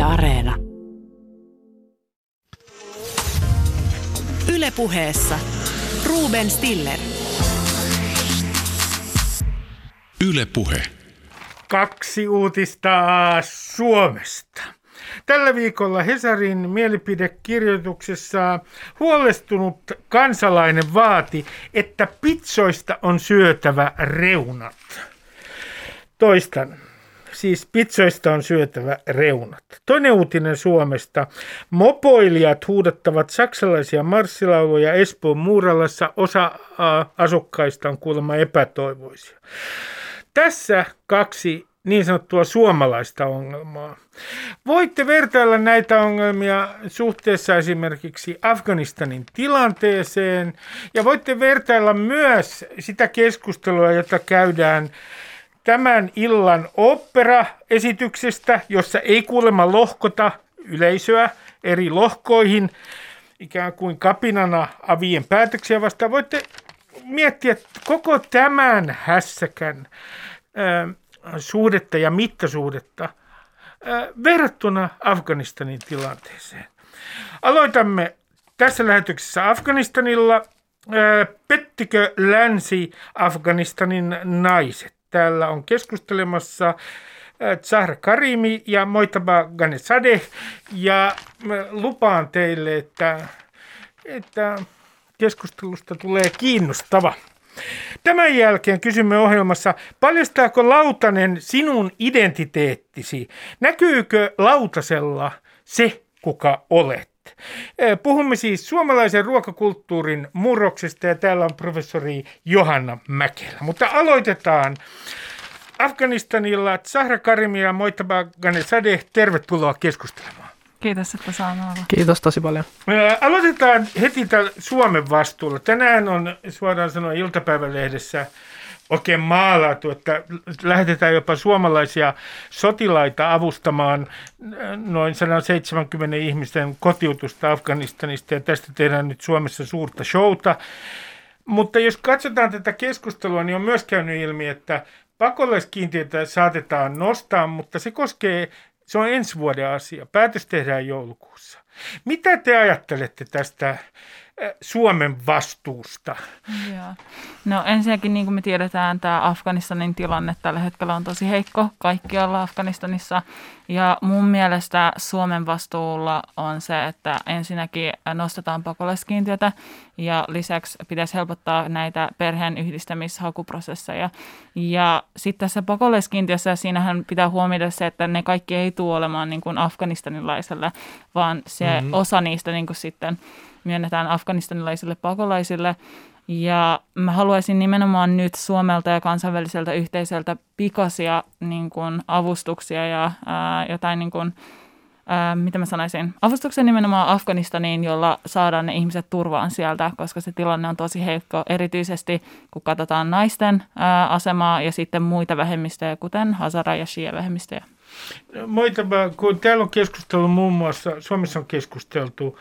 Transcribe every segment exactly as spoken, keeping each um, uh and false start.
Areena. Yle Puheessa Ruben Stiller. Yle Puhe. Kaksi uutista Suomesta. Tällä viikolla Hesarin mielipidekirjoituksessa huolestunut kansalainen vaati, että pitsoista on syötävä reunat. Toistan. Siis pitsoista on syötävä reunat. Toinen uutinen Suomesta. Mopoilijat huudattavat saksalaisia marssilauluja Espoon Muuralassa. Osa asukkaista on kuulemma epätoivoisia. Tässä kaksi niin sanottua suomalaista ongelmaa. Voitte vertailla näitä ongelmia suhteessa esimerkiksi Afganistanin tilanteeseen ja voitte vertailla myös sitä keskustelua, jota käydään tämän illan opera-esityksestä, jossa ei kuulemma lohkota yleisöä eri lohkoihin, ikään kuin kapinana avien päätöksiä vastaan. Voitte miettiä koko tämän hässäkän ää, suhdetta ja mittasuhdetta ää, verrattuna Afganistanin tilanteeseen. Aloitamme tässä lähetyksessä Afganistanilla. Ää, pettikö länsi Afganistanin naiset? Täällä on keskustelemassa Zahra Karimi ja Mojtaba Ghanezadeh, ja lupaan teille, että, että keskustelusta tulee kiinnostava. Tämän jälkeen kysymme ohjelmassa, paljastaako lautanen sinun identiteettisi? Näkyykö lautasella se, kuka olet? Puhumme siis suomalaisen ruokakulttuurin murroksesta ja täällä on professori Johanna Mäkelä. Mutta aloitetaan Afganistanilla. Zahra Karimi ja Mojtaba Ghanezadeh, tervetuloa keskustelemaan. Kiitos, että saan olla. Kiitos tosi paljon. Aloitetaan heti Suomen vastuulla. Tänään on suoraan sanoen iltapäivälehdessä oikein maalattu, että lähetetään jopa suomalaisia sotilaita avustamaan noin sata seitsemänkymmentä ihmisten kotiutusta Afganistanista, ja tästä tehdään nyt Suomessa suurta showta. Mutta jos katsotaan tätä keskustelua, niin on myös käynyt ilmi, että pakolaiskiintiötä saatetaan nostaa, mutta se koskee, se on ensi vuoden asia. Päätös tehdään joulukuussa. Mitä te ajattelette tästä Suomen vastuusta? Joo. No ensinnäkin, niin kuin me tiedetään, tämä Afganistanin tilanne tällä hetkellä on tosi heikko kaikkialla Afganistanissa. Ja mun mielestä Suomen vastuulla on se, että ensinnäkin nostetaan pakolaiskiintiötä ja lisäksi pitäisi helpottaa näitä perheen yhdistämishakuprosesseja. Ja sitten tässä pakolaiskiintiössä siinähän pitää huomioida se, että ne kaikki ei tule olemaan niin kuin afganistanilaiselle, vaan se mm-hmm. osa niistä niin kuin sitten myönnetään afganistanilaisille pakolaisille. Ja mä haluaisin nimenomaan nyt Suomelta ja kansainväliseltä yhteisöltä pikaisia niin kuin avustuksia ja ää, jotain, niin kuin, ää, mitä mä sanoisin, avustuksia nimenomaan Afganistaniin, jolla saadaan ne ihmiset turvaan sieltä, koska se tilanne on tosi heikko, erityisesti kun katsotaan naisten ää, asemaa ja sitten muita vähemmistöjä, kuten Hazara- ja Shia-vähemmistöjä. Mojtaba, kun täällä on keskusteltu muun muassa, Suomessa on keskusteltu,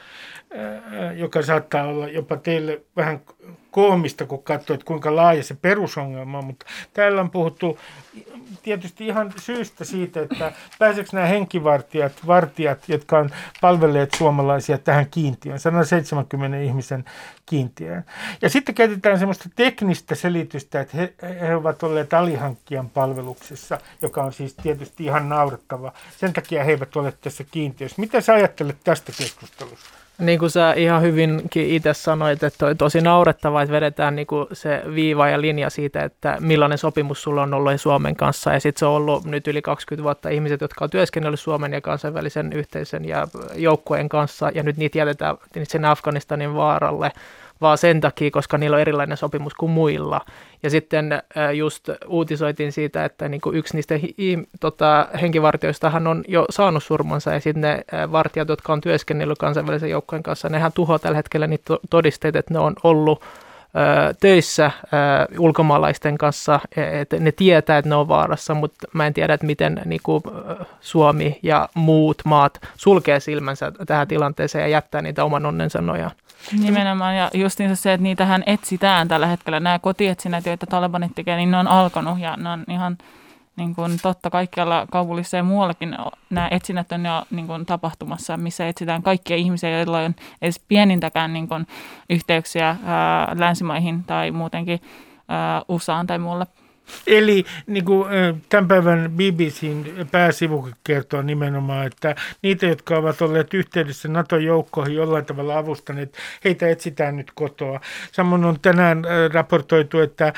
joka saattaa olla jopa teille vähän koomista, kun katsoo, että kuinka laaja se perusongelma on, mutta täällä on puhuttu tietysti ihan syystä siitä, että pääseekö nämä henkivartijat, vartijat, jotka on palvelleet suomalaisia tähän kiintiöön, sata seitsemänkymmentä ihmisen kiintiöön. Ja sitten käytetään semmoista teknistä selitystä, että he, he ovat olleet alihankkijan palveluksessa, joka on siis tietysti ihan naurettava. Sen takia he eivät ole tässä kiintiössä. Mitä sä ajattelet tästä keskustelusta? Niin kuin sä ihan hyvinkin itse sanoit, että on tosi naurettavaa, että vedetään niin kuin se viiva ja linja siitä, että millainen sopimus sulla on ollut Suomen kanssa. Ja sitten se on ollut nyt yli kaksikymmentä vuotta ihmiset, jotka on työskennellyt Suomen ja kansainvälisen yhteisön ja joukkueen kanssa. Ja nyt niitä jätetään sen Afganistanin vaaralle vaan sen takia, koska niillä on erilainen sopimus kuin muilla. Ja sitten just uutisoitiin siitä, että niin kuin yksi niistä hi- tota, henkivartijoistahan on jo saanut surmansa, ja sitten ne vartijat, jotka on työskennellyt kansainvälisen joukkojen kanssa, nehän tuhoaa tällä hetkellä niitä todisteita, että ne on ollut ö, töissä ö, ulkomaalaisten kanssa, että ne tietää, että ne on vaarassa, mutta mä en tiedä, että miten niin kuin, Suomi ja muut maat sulkee silmänsä tähän tilanteeseen ja jättää niitä oman onnensa nojaan. Nimenomaan, ja justiinsa se, että niitähän etsitään tällä hetkellä. Nämä kotietsinnät, joita Talibanit tekee, niin ne on alkanut, ja ne on ihan niin kuin totta kaikkialla Kabulissa ja muuallakin nämä etsinnät on jo niin kuin tapahtumassa, missä etsitään kaikkia ihmisiä, joilla on edes pienintäkään niin kuin yhteyksiä ää, länsimaihin tai muutenkin ää, U S A:an tai muulle. Eli niin kuin tämän päivän B B C:n pääsivu kertoo nimenomaan, että niitä, jotka ovat olleet yhteydessä NATO-joukkoihin jollain tavalla avustaneet, heitä etsitään nyt kotoa. Samoin on tänään raportoitu, että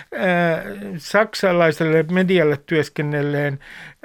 saksalaiselle medialle työskennelleen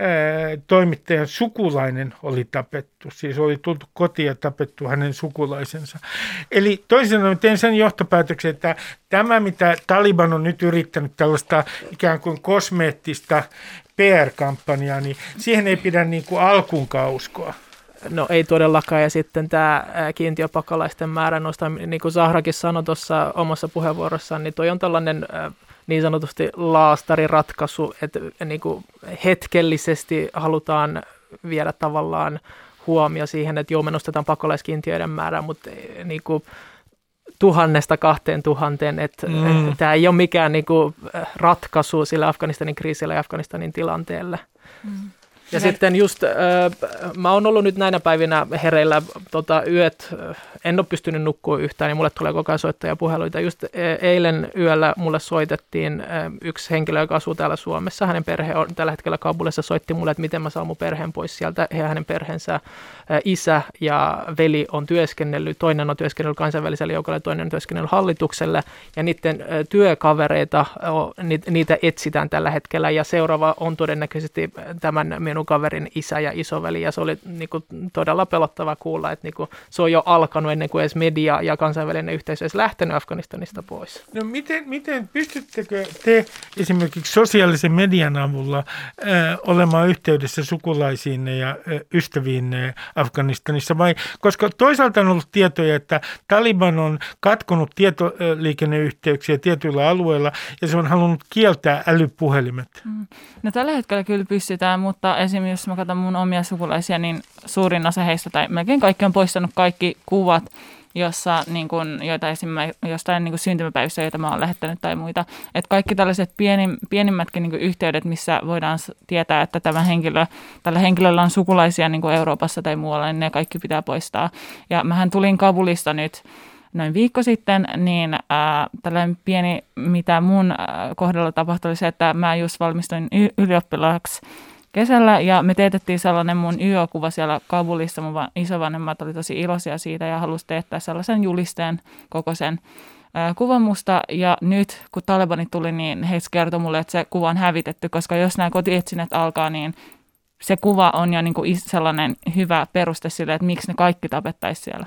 toimittajan sukulainen oli tapettu. Siis oli tultu kotiin ja tapettu hänen sukulaisensa. Eli toisin sanoen teen sen johtopäätöksen, että tämä, mitä Taliban on nyt yrittänyt tällaista ikään kuin kosmeettista P R-kampanjaa, niin siihen ei pidä niin kuin alkuunkaan uskoa. No ei todellakaan, ja sitten tämä kiintiöpakolaisten määrän nosta, niin kuin Zahrakin sanoi tuossa omassa puheenvuorossaan, niin toi on tällainen niin sanotusti laastariratkaisu, että niin kuin hetkellisesti halutaan viedä tavallaan huomio siihen, että joo, me nostetaan pakolaiskiintiöiden määrää, mutta niin kuin tuhannesta kahteen tuhanteen, että mm. tämä ei ole mikään niin kuin ratkaisu sillä Afganistanin kriisillä ja Afganistanin tilanteelle. Mm. Ja mm. sitten just, äh, mä oon ollut nyt näinä päivinä hereillä tota, yöt, en ole pystynyt nukkua yhtään, niin mulle tulee koko ajan soittajapuheluita. Just eilen yöllä mulle soitettiin äh, yksi henkilö, joka asuu täällä Suomessa. Hänen perhe on tällä hetkellä Kabulissa, soitti mulle, että miten mä saan mun perheen pois sieltä. Ja hänen perheensä äh, isä ja veli on työskennellyt, toinen on työskennellyt kansainväliselle joukolle, toinen on työskennellyt hallitukselle. Ja niiden äh, työkavereita, oh, ni, niitä etsitään tällä hetkellä. Ja seuraava on todennäköisesti tämän minun kaverin isä ja isoveli, ja se oli niin kuin todella pelottava kuulla, että niin kuin se on jo alkanut ennen kuin edes media ja kansainvälinen yhteisö edes lähtenyt Afganistanista pois. No miten, miten pystyttekö te esimerkiksi sosiaalisen median avulla äh, olemaan yhteydessä sukulaisiinne ja äh, ystäviinne Afganistanissa, vai koska toisaalta on ollut tietoja, että Taliban on katkonut tietoliikenneyhteyksiä tietyillä alueilla, ja se on halunnut kieltää älypuhelimet. Mm. No tällä hetkellä kyllä pystytään, mutta esimerkiksi jos mä katson mun omia sukulaisia, niin suurin osa heistä, tai melkein kaikki on poistanut kaikki kuvat, jossa, niin kun, joita esimerkiksi jostain niin kun syntymäpäivissä, joita mä oon lähettänyt tai muita. Että kaikki tällaiset pienim, pienimmätkin niin kun yhteydet, missä voidaan tietää, että tämä henkilö, tällä henkilöllä on sukulaisia niin kun Euroopassa tai muualla, niin ne kaikki pitää poistaa. Ja mähän tulin Kabulista nyt noin viikko sitten, niin ää, tällainen pieni, mitä mun ää, kohdalla tapahtui, oli se, että mä just valmistuin y- ylioppilaaksi kesällä, ja me teetettiin sellainen mun Y O-kuva siellä Kabulissa. Mun isovanhemmat oli tosi iloisia siitä ja halusi teettää sellaisen julisteen koko sen ää, kuvan musta. Ja nyt, kun Talibanit tuli, niin he kertoi mulle, että se kuva on hävitetty, koska jos nämä kotietsinnät alkaa, niin se kuva on jo niin kuin sellainen hyvä peruste sille, että miksi ne kaikki tapettaisiin siellä.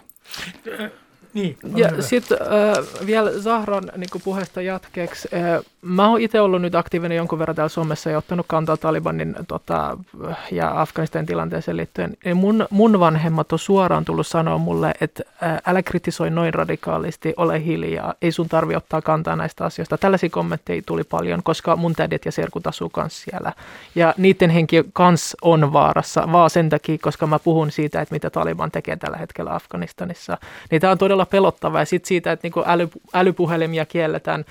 Niin, ja sitten äh, vielä Zahran niin puheesta jatkeeksi. Äh, mä oon itse ollut nyt aktiivinen jonkun verran täällä Suomessa ja ottanut kantaa Talibanin tota, ja Afganistanin tilanteeseen liittyen. Mun, mun vanhemmat on suoraan tullut sanoa mulle, että äh, älä kritisoi noin radikaalisti, ole hiljaa, ei sun tarvi ottaa kantaa näistä asioista. Tällaisia kommentteja tuli paljon, koska mun tädet ja serkut asuu kans siellä. Ja niiden henki kans on vaarassa, vaan sen takia, koska mä puhun siitä, että mitä Taliban tekee tällä hetkellä Afganistanissa. Niin tää on todella pelottava, ja sitten siitä, että niinku äly, älypuhelimia kielletään.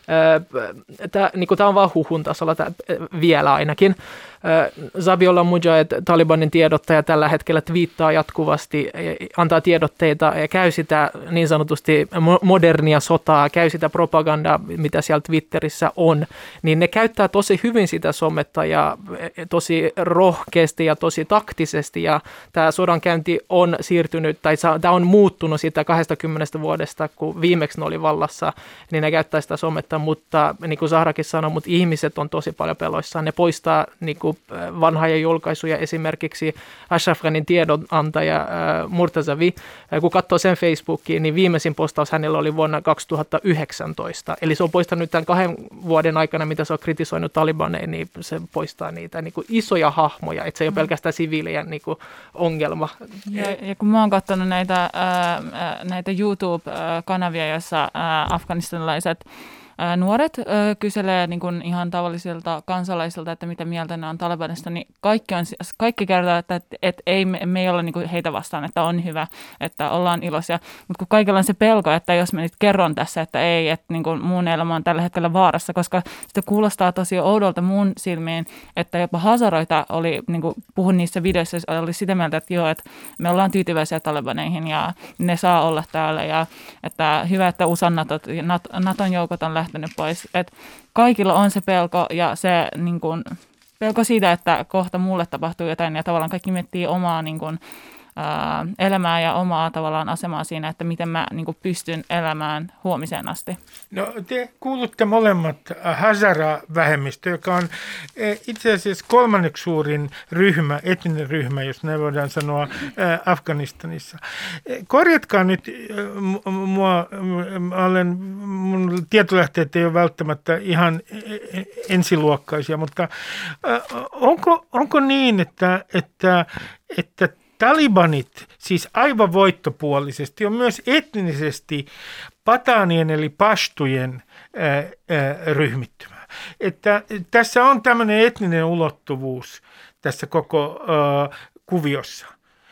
Tämä niinku, on vaan huhun tasolla tää, vielä ainakin. Zabiullah Mujahid, Talibanin tiedottaja, tällä hetkellä twiittaa jatkuvasti, antaa tiedotteita ja käy sitä niin sanotusti modernia sotaa, käy sitä propagandaa, mitä siellä Twitterissä on, niin ne käyttää tosi hyvin sitä sometta ja tosi rohkeasti ja tosi taktisesti, ja tämä sodankäynti on siirtynyt, tai tämä on muuttunut siitä kaksikymmentä vuodesta, kun viimeksi ne oli vallassa, niin ne käyttää sitä sometta, mutta niin kuin Zahrakin sanoi, mutta ihmiset on tosi paljon peloissaan, ne poistaa niin kuin vanhoja julkaisuja, esimerkiksi Ashraf Ghanin tiedonantaja äh, Murtazavi, äh, kun katsoo sen Facebookiin, niin viimeisin postaus hänellä oli vuonna kaksituhattayhdeksäntoista. Eli se on poistanut tämän kahden vuoden aikana, mitä se on kritisoinut Talibaneja, niin se poistaa niitä niin kuin isoja hahmoja, että se ei ole pelkästään siviilejä niin kuin ongelma. Ja, ja kun mä oon katsonut näitä, äh, näitä YouTube-kanavia, joissa äh, afganistanilaiset ää, nuoret ää, kyselee niin kuin ihan tavallisilta kansalaisilta, että mitä mieltä ne on Talibanista, niin kaikki, on, kaikki kertoo, että, että, että ei, me ei olla niin kuin heitä vastaan, että on hyvä, että ollaan iloisia. Mutta kun kaikilla on se pelko, että jos mä nyt kerron tässä, että ei, että niin kuin mun elämä on tällä hetkellä vaarassa, koska sitä kuulostaa tosi oudolta mun silmiin, että jopa hazaroita oli, niin kuin puhun niissä videoissa, oli sitä mieltä, että joo, että me ollaan tyytyväisiä Talibaneihin ja ne saa olla täällä ja että hyvä, että U S A Naton joukot on lähtenyt pois. Että kaikilla on se pelko ja se niin kuin, pelko siitä, että kohta mulle tapahtuu jotain ja tavallaan kaikki miettii omaa niin kuin, ää, elämää ja omaa tavallaan asemaa siinä, että miten mä niin kuin, pystyn elämään huomiseen asti. No te kuulutte molemmat Hazara-vähemmistö, joka on itse asiassa kolmanneksi suurin ryhmä, etninen ryhmä, jos näin voidaan sanoa, Afganistanissa. Korjatkaa nyt mua, olen, mun tietolähteet ei ole välttämättä ihan ensiluokkaisia, mutta onko, onko niin, että, että, että talibanit, siis aivan voittopuolisesti, on myös etnisesti pataanien eli pashtujen ää, ää, ryhmittymä. Että tässä on tämmöinen etninen ulottuvuus tässä koko ää, kuviossa.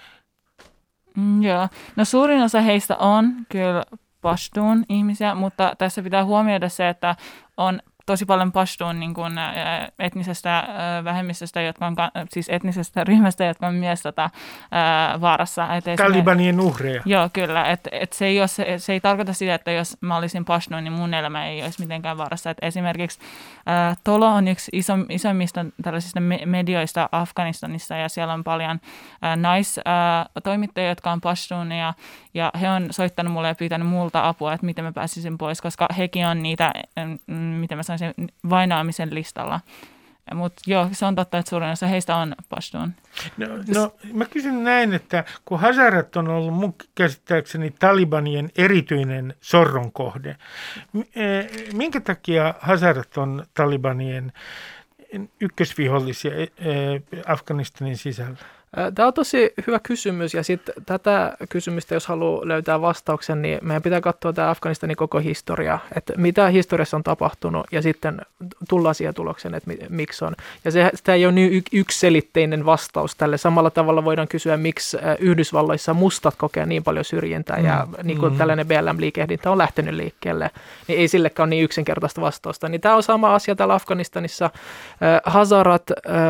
Mm, joo. No suurin osa heistä on kyllä pashtun ihmisiä, mutta tässä pitää huomioida se, että on tosi paljon pashtun niin kuin, etnisestä vähemmistöstä, jotka on, siis etnisestä ryhmästä, jotka on myös tota, vaarassa. Talibanien uhreja. Joo, kyllä. Et, et se, ei ole, se, se ei tarkoita sitä, että jos mä olisin pashtun, niin mun elämä ei olisi mitenkään vaarassa. Et esimerkiksi ää, Tolo on yksi iso, isommista tällaisista me- medioista Afganistanissa, ja siellä on paljon ää, naistoimittajia, jotka on pashtuneja, ja he on soittanut mulle ja pyytänyt multa apua, että miten mä pääsisin pois, koska hekin on niitä, miten mä sanoisin, vainoamisen listalla. Mutta joo, se on totta, että suurin osa heistä on pashtun. No, no mä kysyn näin, että kun hazarat on ollut mun käsittääkseni Talibanien erityinen sorron kohde, minkä takia hazarat on Talibanien ykkösvihollisia Afganistanin sisällä? Tämä on tosi hyvä kysymys, ja sitten tätä kysymystä, jos haluaa löytää vastauksen, niin meidän pitää katsoa tämä Afganistanin koko historia, että mitä historiassa on tapahtunut, ja sitten tullaan siihen tulokseen, että miksi on. Ja se, tämä ei ole niin yksiselitteinen vastaus tälle. Samalla tavalla voidaan kysyä, miksi Yhdysvalloissa mustat kokee niin paljon syrjintää, mm. ja niin kuin mm. tällainen B L M-liikehdintä on lähtenyt liikkeelle, niin ei sillekään ole niin yksinkertaista vastausta. Niin tämä on sama asia täällä Afganistanissa. Hazarat...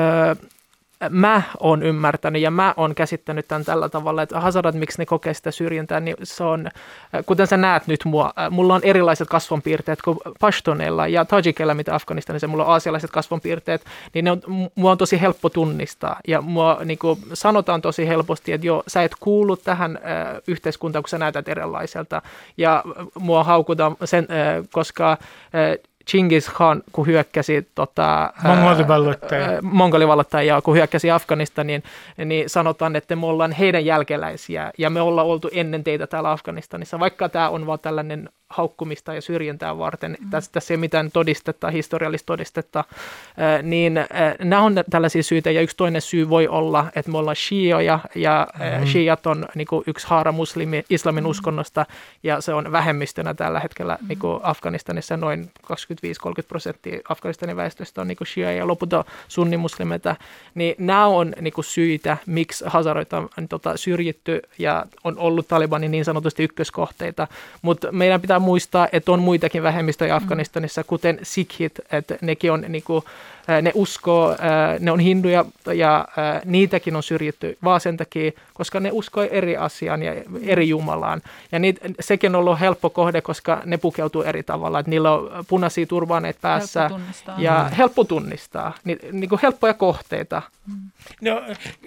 Mä oon ymmärtänyt ja mä oon käsittänyt tämän tällä tavalla, että hazarat, miksi ne kokee sitä syrjintää, niin se on, kuten sä näet nyt mua, mulla on erilaiset kasvonpiirteet kuin pashtuneilla ja tajikeilla, mitä Afganistanissa, mulla on aasialaiset kasvonpiirteet, niin ne on, mua on tosi helppo tunnistaa ja mua niin kuin sanotaan tosi helposti, että joo, sä et kuulu tähän äh, yhteiskuntaan, kun sä näytät erilaiselta ja mua haukutaan sen, äh, koska äh, Genghis Khan, kun hyökkäsi tota, mongolivalloittaja. mongolivalloittaja, kun hyökkäsi Afganistaniin, niin sanotaan, että me ollaan heidän jälkeläisiä ja me ollaan oltu ennen teitä täällä Afganistanissa, vaikka tämä on vaan tällainen haukkumista ja syrjintää varten, mm. tässä, tässä ei ole mitään todistetta, historiallista todistetta, niin nämä on tällaisia syitä, ja yksi toinen syy voi olla, että me ollaan shioja, ja mm. shiat on niin kuin yksi haara muslimi islamin uskonnosta, ja se on vähemmistönä tällä hetkellä mm. niin kuin Afganistanissa, noin kaksikymmentäviisi kolmekymmentä prosenttia Afganistanin väestöstä on niin kuin shia, ja loput on sunnimuslimeita, niin nämä on niin kuin syitä, miksi hazaroita on tota, syrjitty, ja on ollut Talibanin niin sanotusti ykköskohteita, mutta meidän pitää muistaa, että on muitakin vähemmistöjä Afganistanissa, kuten sikhit, että nekin on niinku, ne uskoo, ne on hinduja ja niitäkin on syrjitty vaan sen takia, koska ne uskoo eri asiaan ja eri jumalaan. Ja niitä, sekin on ollut helppo kohde, koska ne pukeutuu eri tavalla, että niillä on punaisia turvaaneet päässä helppo ja mm. helppo tunnistaa, Ni, niinku helppoja kohteita. No,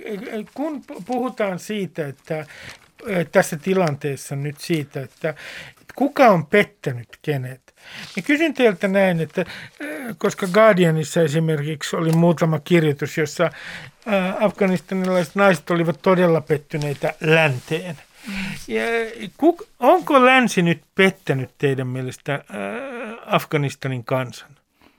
kun puhutaan siitä, että tässä tilanteessa nyt siitä, että kuka on pettänyt kenet? Ja kysyn teiltä näin, että koska Guardianissa esimerkiksi oli muutama kirjoitus, jossa afganistanilaiset naiset olivat todella pettyneitä länteen. Ja onko länsi nyt pettänyt teidän mielestä Afganistanin kansan?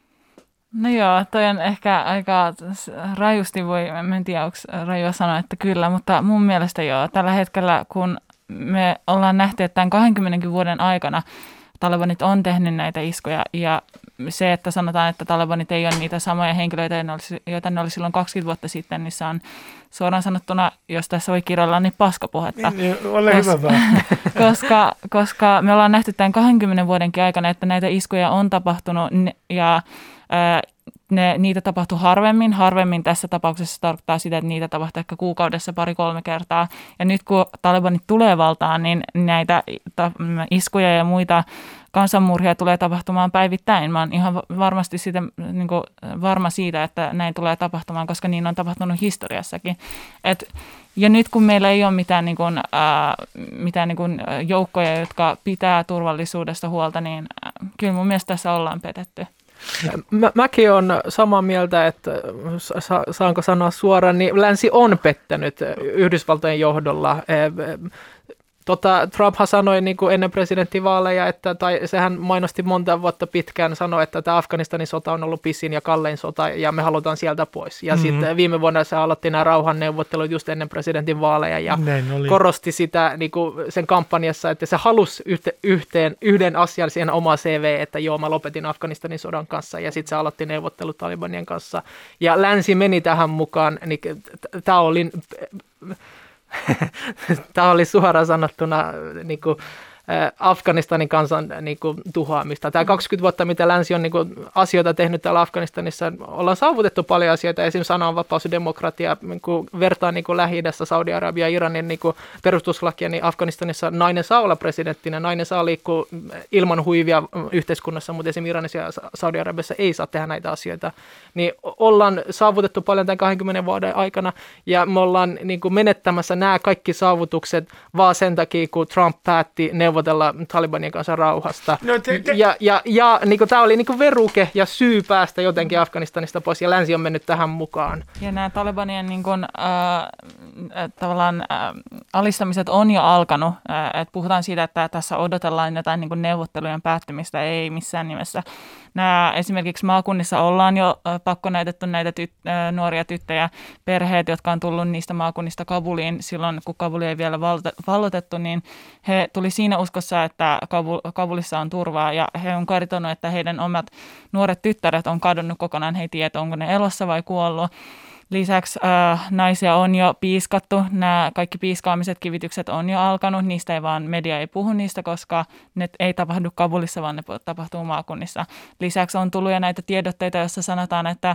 No joo, toi on ehkä aika rajusti, voi, en tiedä, onko rajua sanoa, että kyllä, mutta mun mielestä joo. Tällä hetkellä, kun me ollaan nähty, että tämän kahdenkymmenen vuoden aikana Talibanit on tehnyt näitä iskuja ja se, että sanotaan, että Talibanit ei ole niitä samoja henkilöitä, joita ne oli silloin kaksikymmentä vuotta sitten, niin se on suoraan sanottuna, jos tässä voi kirjoilla, niin paskapuhetta. Niin, ole Kos- hyvä vaan. koska, koska me ollaan nähty tämän kahdenkymmenen vuodenkin aikana, että näitä iskuja on tapahtunut ja ää, ne, niitä tapahtuu harvemmin. Harvemmin tässä tapauksessa tarkoittaa sitä, että niitä tapahtuu ehkä kuukaudessa pari-kolme kertaa. Ja nyt kun Talibanit tulee valtaan, niin näitä ta- iskuja ja muita kansanmurhia tulee tapahtumaan päivittäin. Mä oon ihan varmasti siitä, niin kuin varma siitä, että näin tulee tapahtumaan, koska niin on tapahtunut historiassakin. Et, ja nyt kun meillä ei ole mitään, niin kuin, ää, mitään niin kuin joukkoja, jotka pitää turvallisuudesta huolta, niin kyllä mun mielestä tässä ollaan petetty. Mä, mäkin olen samaa mieltä, että sa, saanko sanoa suoraan, niin länsi on pettänyt Yhdysvaltojen johdolla. Tota, Trumphan sanoi niin kuin ennen presidenttivaaleja, että, tai sehän mainosti monta vuotta pitkään, sanoi, että tämä Afganistanin sota on ollut pisin ja kallein sota ja me halutaan sieltä pois. Ja mm-hmm. sitten viime vuonna se aloitti nämä rauhanneuvottelut just ennen presidentinvaaleja ja korosti sitä niin kuin sen kampanjassa, että se halusi yhte, yhteen, yhden asian siihen oma C V, että joo, mä lopetin Afganistanin sodan kanssa ja sitten se aloitti neuvottelut Talibanien kanssa. Ja länsi meni tähän mukaan, niin tämä oli... Tämä oli suoraan sanottuna niin kuin, Afganistanin kansan niin kuin, tuhoamista. Tämä kaksikymmentä vuotta, mitä länsi on niin kuin, asioita tehnyt täällä Afganistanissa, ollaan saavutettu paljon asioita, esimerkiksi sananvapaus ja demokratia, niin kuin, vertaan niin kuin Lähi-idässä, Saudi-Arabia ja Iranin niin kuin, perustuslakia, niin Afganistanissa nainen saa olla presidenttinä, nainen saa liikkua ilman huivia yhteiskunnassa, mutta esimerkiksi Iranissa ja Saudi-Arabiassa ei saa tehdä näitä asioita. Niin ollaan saavutettu paljon tämän kahdenkymmenen vuoden aikana, ja me ollaan niin kuin, menettämässä nämä kaikki saavutukset vaan sen takia, kun Trump päätti neuvotella Talibanien kanssa rauhasta. No te, te. Ja, ja, ja niin tämä oli niin veruke ja syy päästä jotenkin Afganistanista pois, ja länsi on mennyt tähän mukaan. Ja nämä Talibanien niin kuin, äh, tavallaan äh, alistamiset on jo alkanut. Äh, et puhutaan siitä, että tässä odotellaan jotain niin kuin neuvottelujen päättymistä, ei missään nimessä. Nämä, esimerkiksi maakunnissa ollaan jo äh, pakkonäytetty näitä tyt- äh, nuoria tyttöjä, perheet, jotka on tullut niistä maakunnista Kabuliin silloin, kun Kabuli ei vielä vallotettu, niin he tuli siinä uskossa, että Kabulissa on turvaa, ja he on kertonut, että heidän omat nuoret tyttäret on kadonnut kokonaan, he ei tiedä, onko ne elossa vai kuollut. Lisäksi äh, naisia on jo piiskattu, nämä kaikki piiskaamiset, kivitykset on jo alkanut, niistä ei vaan, media ei puhu niistä, koska ne ei tapahdu Kabulissa, vaan ne tapahtuu maakunnissa. Lisäksi on tullut jo näitä tiedotteita, joissa sanotaan, että äh,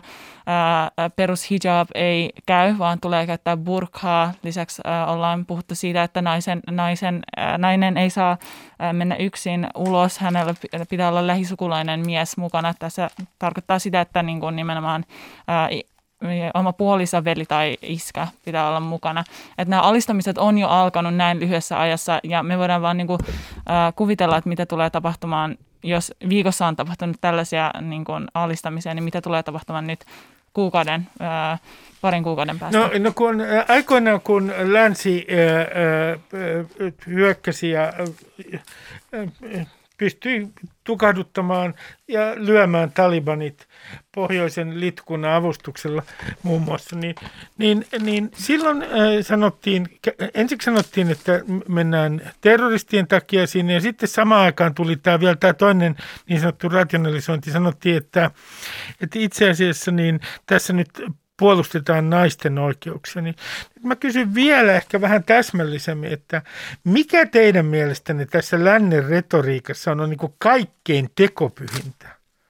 perushijab ei käy, vaan tulee käyttää burkaa. Lisäksi äh, ollaan puhuttu siitä, että naisen, naisen, äh, nainen ei saa äh, mennä yksin ulos, hänellä pitää olla lähisukulainen mies mukana. Tässä tarkoittaa sitä, että niin kuin nimenomaan äh, oma puolisa, veli tai iskä pitää olla mukana. Että nämä alistamiset on jo alkanut näin lyhyessä ajassa, ja me voidaan vaan niin kuin, äh, kuvitella, että mitä tulee tapahtumaan, jos viikossa on tapahtunut tällaisia niin kuin alistamisia, niin mitä tulee tapahtumaan nyt kuukauden, äh, parin kuukauden päästä. No, no kun äh, aikoinaan, kun länsi äh, äh, hyökkäsi ja äh, pystyi tukahduttamaan ja lyömään talibanit pohjoisen litkunnan avustuksella muun muassa, niin, niin, niin silloin äh, sanottiin, ensiksi sanottiin, että mennään terroristien takia sinne, ja sitten samaan aikaan tuli tämä vielä tämä toinen niin sanottu rationalisointi, sanottiin, että, että itse asiassa niin tässä nyt puolustetaan naisten oikeuksia, niin mä kysyn vielä ehkä vähän täsmällisemmin, että mikä teidän mielestänne tässä lännen retoriikassa on, on niin kuin kaikkein tekopyhintä?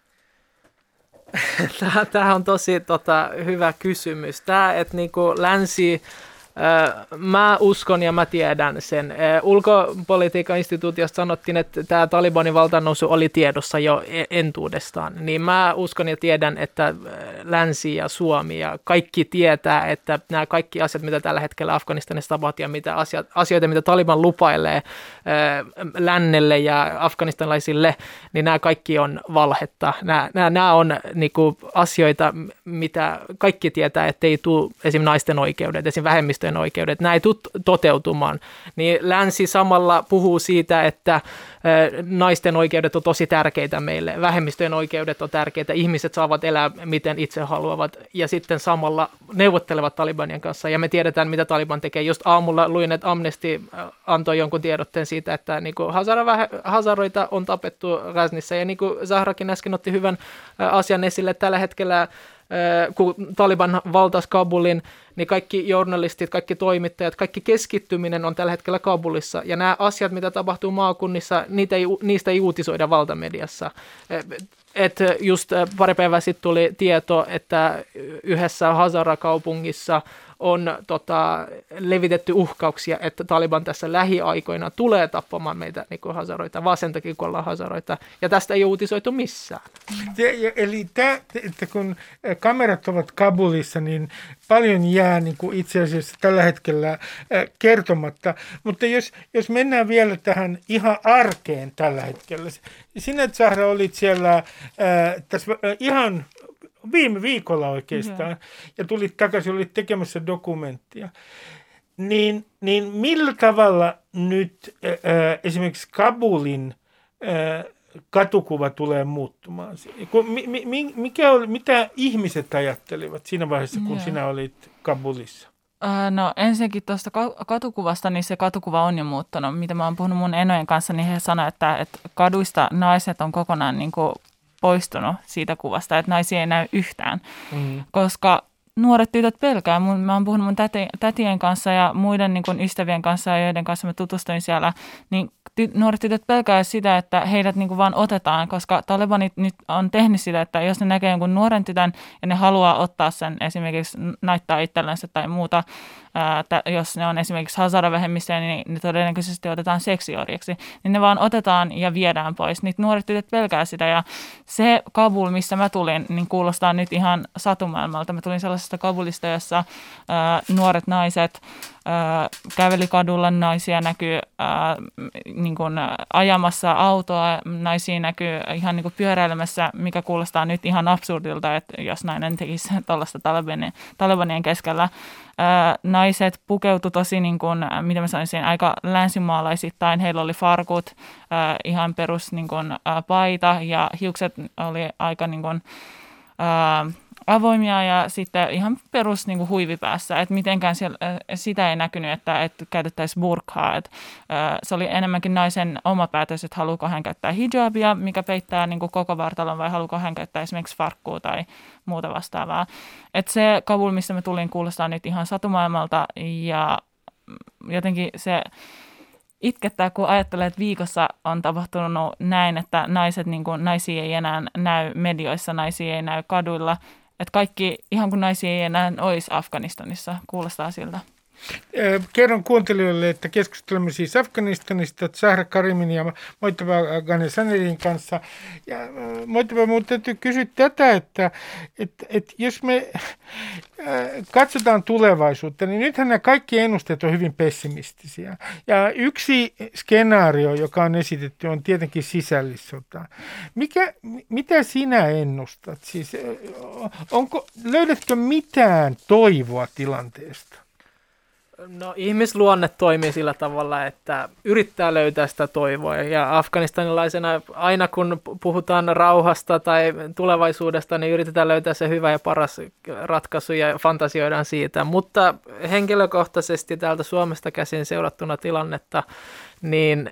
Tämä on tosi tota, hyvä kysymys. Tämä, että niin kuin länsi, mä uskon ja mä tiedän sen. Ulkopolitiikan instituutiosta sanottiin, että tämä Talibanin valtannousu oli tiedossa jo entuudestaan. Niin mä uskon ja tiedän, että länsi ja Suomi ja kaikki tietää, että nämä kaikki asiat, mitä tällä hetkellä Afganistanissa tapahtuu ja mitä asiat, asioita, mitä Taliban lupailee lännelle ja afganistanilaisille, niin nämä kaikki on valhetta. Nämä, nämä, nämä on niinku asioita, mitä kaikki tietää, että ei tule esim. Naisten oikeudet, esim. vähemmistö vähemmistöjen oikeudet, nämä ei tule toteutumaan. Niin länsi samalla puhuu siitä, että naisten oikeudet on tosi tärkeitä meille, vähemmistöjen oikeudet on tärkeitä, ihmiset saavat elää miten itse haluavat ja sitten samalla neuvottelevat Talibanien kanssa ja me tiedetään mitä Taliban tekee. Just aamulla luin, että Amnesty antoi jonkun tiedotteen siitä, että niin kuin hazaroita on tapettu Ghaznissa ja niin kuin Zahrakin äsken otti hyvän asian esille tällä hetkellä, kun Taliban valtasi Kabulin, niin kaikki journalistit, kaikki toimittajat, kaikki keskittyminen on tällä hetkellä Kabulissa. Ja nämä asiat, mitä tapahtuu maakunnissa, niitä ei, niistä ei uutisoida valtamediassa. Et just pari päivää sitten tuli tieto, että yhdessä Hazara-kaupungissa on tota, levitetty uhkauksia, että Taliban tässä lähiaikoina tulee tappamaan meitä niin kuin hazaroita, vaan sen takia kun ollaan hazaroita. Ja tästä ei ole uutisoitu missään. Ja, eli tämä, että kun kamerat ovat Kabulissa, niin paljon jää niin kuin itse asiassa tällä hetkellä kertomatta. Mutta jos, jos mennään vielä tähän ihan arkeen tällä hetkellä. Sinä, Zahra, olit siellä ää, tässä ihan viime viikolla oikeastaan, mm-hmm. ja tulit takaisin, olit tekemässä dokumenttia. Niin, niin millä tavalla nyt ää, esimerkiksi Kabulin ää, katukuva tulee muuttumaan? Mi, mi, mikä oli, mitä ihmiset ajattelivat siinä vaiheessa, kun yeah. sinä olit Kabulissa? No ensinnäkin tuosta katukuvasta, niin se katukuva on jo muuttunut. Mitä mä oon puhunut mun enojen kanssa, niin he sanoivat, että, että kaduista naiset on kokonaan niin kuin poistunut siitä kuvasta, että naisia ei näy yhtään, mm. koska nuoret tytöt pelkää. Mun, mä oon puhunut mun täti, tätien kanssa ja muiden niin kuin ystävien kanssa, joiden kanssa mä tutustuin siellä, niin ty, nuoret tytöt pelkää sitä, että heidät niin kuin vaan otetaan, koska talibanit nyt on tehnyt sitä, että jos ne näkee jonkun nuoren tytön ja ne haluaa ottaa sen esimerkiksi naittaa itsellensä tai muuta, ää, jos ne on esimerkiksi hazara-vähemmistöjä, niin ne todennäköisesti otetaan seksiorjaksi, niin ne vaan otetaan ja viedään pois. Niitä nuoret tytöt pelkää sitä ja se Kabul, missä mä tulin, niin kuulostaa nyt ihan satumaailmalta. Mä tulin sellaisesta Kabulista, jossa ää, nuoret naiset ää, käveli kadulla, naisia näkyy ää, niin kuin ajamassa autoa, naisia näkyy ihan niin kuin pyöräilemässä, mikä kuulostaa nyt ihan absurdilta, että jos nainen tekisi tällaista Talibanien, Talibanien keskellä. Ää, naiset pukeutu tosi, niin kuin, mitä mä sanoisin, aika länsimaalaisittain. Heillä oli farkut, ää, ihan perus niin kuin, ää, paita ja hiukset oli aika niin kuin, ää, avoimia ja sitten ihan perus niin kuin huivi päässä, että mitenkään siellä, sitä ei näkynyt, että, että käytettäisiin burkaa. Että, ää, se oli enemmänkin naisen oma päätös, että haluuko hän käyttää hijabia, mikä peittää niin kuin koko vartalon, vai haluuko hän käyttää esimerkiksi farkkua tai muuta vastaavaa. Että se Kabul, missä mä tulin, kuulostaa nyt ihan satumaailmalta ja jotenkin se itkettää, kun ajattelee, että viikossa on tapahtunut näin, että naiset, niin kuin, naisia ei enää näy medioissa, naisia ei näy kaduilla. Että kaikki, ihan kuin naisia ei enää olisi Afganistanissa, kuulostaa siltä. Kerron kuuntelijoille, että keskustelemme siis Afganistanista Zahra Karimin ja Mojtaba Ghanesanerin kanssa. Ja Mojtaba, minun täytyy kysyä tätä, että, että, että jos me katsotaan tulevaisuutta, niin nythän nämä kaikki ennusteet on hyvin pessimistisiä. Ja yksi skenaario, joka on esitetty, on tietenkin sisällissota. Mikä, mitä sinä ennustat? Siis, onko, löydätkö mitään toivoa tilanteesta? No ihmisluonne toimii sillä tavalla, että yrittää löytää sitä toivoa ja afganistanilaisena aina kun puhutaan rauhasta tai tulevaisuudesta, niin yritetään löytää se hyvä ja paras ratkaisu ja fantasioidaan siitä. Mutta henkilökohtaisesti täältä Suomesta käsin seurattuna tilannetta, niin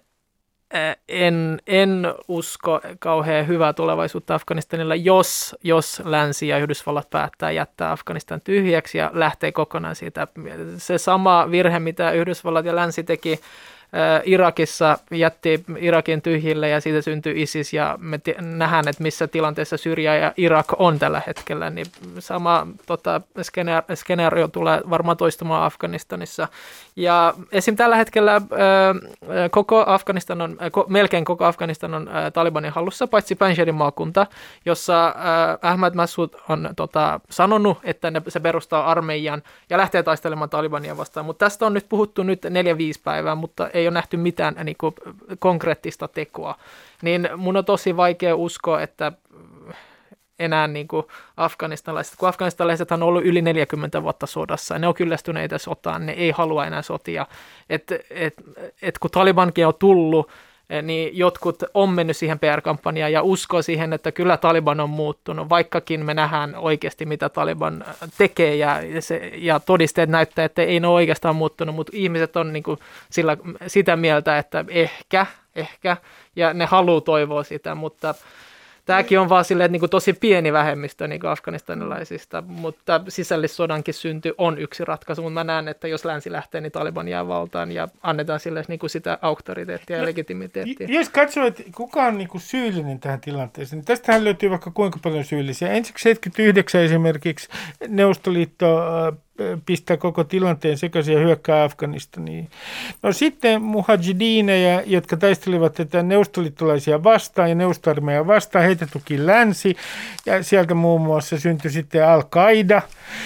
En, en usko kauhean hyvää tulevaisuutta Afganistanilla, jos, jos länsi ja Yhdysvallat päättää jättää Afganistan tyhjäksi ja lähtee kokonaan siitä. Se sama virhe, mitä Yhdysvallat ja länsi teki Irakissa, jätti Irakin tyhjille ja siitä syntyi ISIS ja me t- nähdään, että missä tilanteessa Syyria ja Irak on tällä hetkellä, niin sama tota, skenaar- skenaario tulee varmaan toistumaan Afganistanissa. Ja esim. Tällä hetkellä äh, koko Afganistan on, äh, melkein koko Afganistan on äh, Talibanin hallussa, paitsi Panjshirin maakunta, jossa äh, Ahmad Massoud on tota, sanonut, että ne, se perustaa armeijan ja lähtee taistelemaan Talibania vastaan. Mutta tästä on nyt puhuttu nyt neljä viisi päivää, mutta ei ole nähty mitään niin kuin, konkreettista tekoa. Niin mun on tosi vaikea uskoa, että enää niin kuin afganistanilaiset, kun afganistanilaiset on ollut yli neljäkymmentä vuotta sodassa, ja ne on kyllästyneitä sotaan, ne ei halua enää sotia. Et, et, et kun Talibankin on tullut, niin jotkut on mennyt siihen P R-kampanjaan ja uskoo siihen, että kyllä Taliban on muuttunut, vaikkakin me nähdään oikeasti, mitä Taliban tekee, ja, se, ja todisteet näyttää, että ei ne ole oikeastaan muuttunut, mutta ihmiset on niin kuin sillä, sitä mieltä, että ehkä, ehkä, ja ne haluaa toivoa sitä, mutta tämäkin on vaan silleen, että niin tosi pieni vähemmistö niin afganistanilaisista, mutta sisällissodankin synty on yksi ratkaisu, mutta mä näen, että jos länsi lähtee, niin Taliban jää valtaan ja annetaan sille niin sitä auktoriteettia ja legitimiteettiä. Jos katsoo, että kuka on niin syyllinen tähän tilanteeseen, niin tästähän löytyy vaikka kuinka paljon syyllisiä. Ensiksi seitsemänkymmentäyhdeksän esimerkiksi Neuvostoliitto pistää koko tilanteen sekaisin ja hyökkää Afganistaniin. No sitten muhajidiineja, jotka taistelivat tätä neuvostoliittolaisia vastaan ja neuvostoarmeijaa vastaan, heitä tuki länsi ja sieltä muun muassa syntyi sitten Al-Qaida.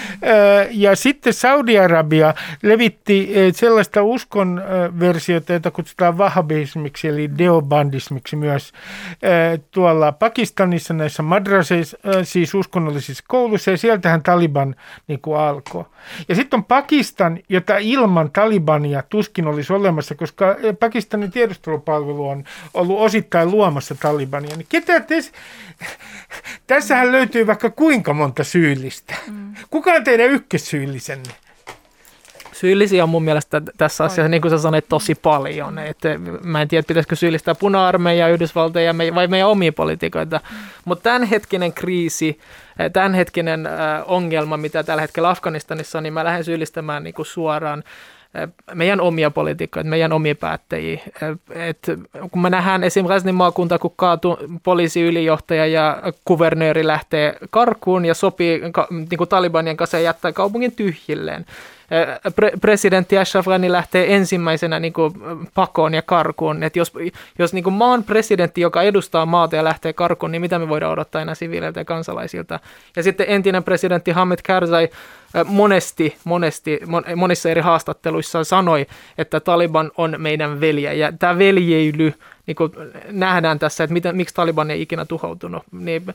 Ja sitten Saudi-Arabia levitti sellaista uskon versiota, jota kutsutaan wahhabismiksi eli deobandismiksi myös tuolla Pakistanissa näissä madraseissa, siis uskonnollisissa kouluissa, ja sieltähän Taliban niin kuin alkoi. Ja sitten on Pakistan, jota ilman Talibania tuskin olisi olemassa, koska Pakistanin tiedustelupalvelu on ollut osittain luomassa Talibania. Niin ketä te... Tässähän löytyy vaikka kuinka monta syyllistä. Mm. Kuka on teidän ykkössyyllisenne? Syyllisiä on mun mielestä tässä asiassa, niin kuin sä sanoit, tosi paljon. Että mä en tiedä, pitäisikö syyllistää puna-armeijaa, Yhdysvaltoja vai meidän omia poliitikoita. Mm. Mutta tämänhetkinen kriisi, tämänhetkinen ongelma, mitä tällä hetkellä Afganistanissa on, niin mä lähden syyllistämään niin kuin suoraan meidän omia poliitikkoja, meidän omia päättäjiä. Et kun me nähdään esimerkiksi Ghaznin maakunta, kun kaatu poliisiylijohtaja ja kuvernööri lähtee karkuun ja sopii niin kuin Talibanien kanssa ja jättää kaupungin tyhjilleen. Pre- presidentti Ashraf Ghani lähtee ensimmäisenä niin kuin pakoon ja karkuun. Et jos jos niin kuin maan presidentti, joka edustaa maata ja lähtee karkuun, niin mitä me voidaan odottaa enää siviileiltä ja kansalaisilta? Ja sitten entinen presidentti Hamid Karzai monesti, monesti, monissa eri haastatteluissa sanoi, että Taliban on meidän veljä. Ja tämä veljeily niin kuin nähdään tässä, että miten, miksi Taliban ei ikinä tuhoutunut. Niin,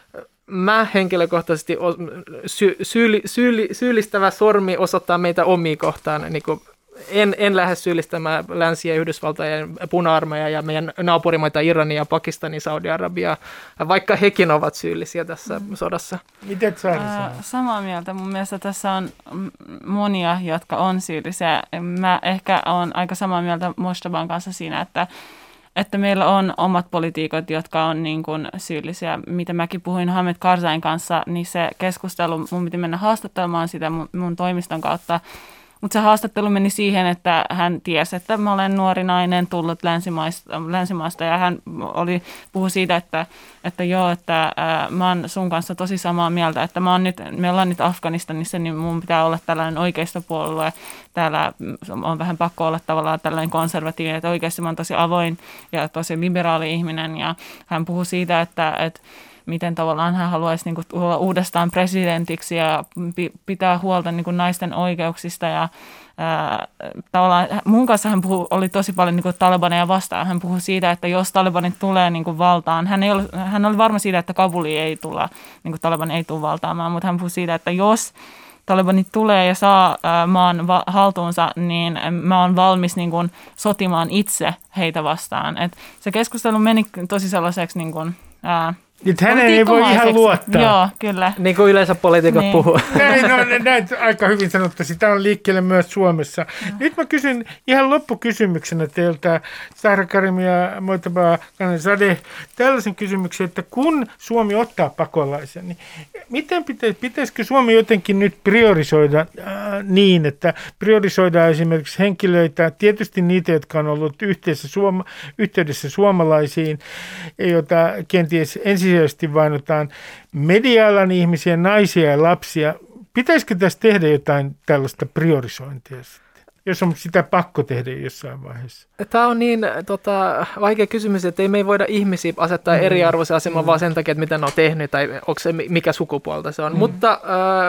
mä henkilökohtaisesti sy- syyli- syyli- syyllistävä sormi osoittaa meitä omia kohtaan. Niin kuin en, en lähde syyllistämään Länsi- ja Yhdysvaltojen puna-armeija ja meidän naapurimaita Irania ja Pakistanin, Saudi-Arabiaa, vaikka hekin ovat syyllisiä tässä mm. sodassa. Miten sä äh, Samaa mieltä. Mun mielestä tässä on monia, jotka on syyllisiä. Mä ehkä olen aika samaa mieltä Mostaban kanssa siinä, että että meillä on omat poliitikot, jotka on niin kuin syyllisiä. Mitä mäkin puhuin Hamid Karzain kanssa, niin se keskustelu, mun piti mennä haastattelemaan sitä mun, mun toimiston kautta. Mutta se haastattelu meni siihen, että hän tiesi, että mä olen nuori nainen tullut länsimaista, länsimaista ja hän oli, puhui siitä, että, että joo, että ää, mä oon sun kanssa tosi samaa mieltä, että mä oon nyt, me ollaan nyt Afganistanissa, niin mun pitää olla tällainen oikeistopuolue. Täällä on vähän pakko olla tavallaan tällainen konservatiivinen, että oikeasti mä oon tosi avoin ja tosi liberaali ihminen ja hän puhui siitä, että, että miten tavallaan hän haluaisi niin kuin tulla uudestaan presidentiksi ja pitää huolta niin kuin naisten oikeuksista. Ja, ää, tavallaan mun kanssa hän puhui, oli tosi paljon niin kuin Talibaneja vastaan. Hän puhui siitä, että jos Talibanit tulee niin kuin valtaan, hän, ei ole, hän oli varma siitä, että Kabuli ei tulla, niin kuin Taliban ei tule valtaamaan, mutta hän puhui siitä, että jos Talibanit tulee ja saa ää, maan va- haltuunsa, niin mä oon valmis niin kuin sotimaan itse heitä vastaan. Et se keskustelu meni tosi sellaiseksi niin kuin, ää, nyt hänen ei voi ihan luottaa. Joo, kyllä. Niin kuin yleensä poliitikot niin puhuu. Näin, no, näin aika hyvin sanottu. Sitä on liikkeelle myös Suomessa. No. Nyt mä kysyn ihan loppukysymyksenä teiltä, Sahra Karim ja Mojtaba Ghanizadeh, tällaisen kysymyksen, että kun Suomi ottaa pakolaisen, niin miten pitäis, pitäisikö Suomi jotenkin nyt priorisoida äh, niin, että priorisoidaan esimerkiksi henkilöitä, tietysti niitä, jotka on ollut yhteydessä, suoma, yhteydessä suomalaisiin, joita kenties ensin vainotaan media-alan ihmisiä, naisia ja lapsia. Pitäisikö tässä tehdä jotain tällaista priorisointia sitten, jos on sitä pakko tehdä jossain vaiheessa? Tämä on niin tota, vaikea kysymys, että ei me ei voida ihmisiä asettaa mm. eriarvoisen asemaan mm. vaan sen takia, että mitä ne on tehnyt tai onko se mikä sukupuolta se on. Mm. Mutta äh,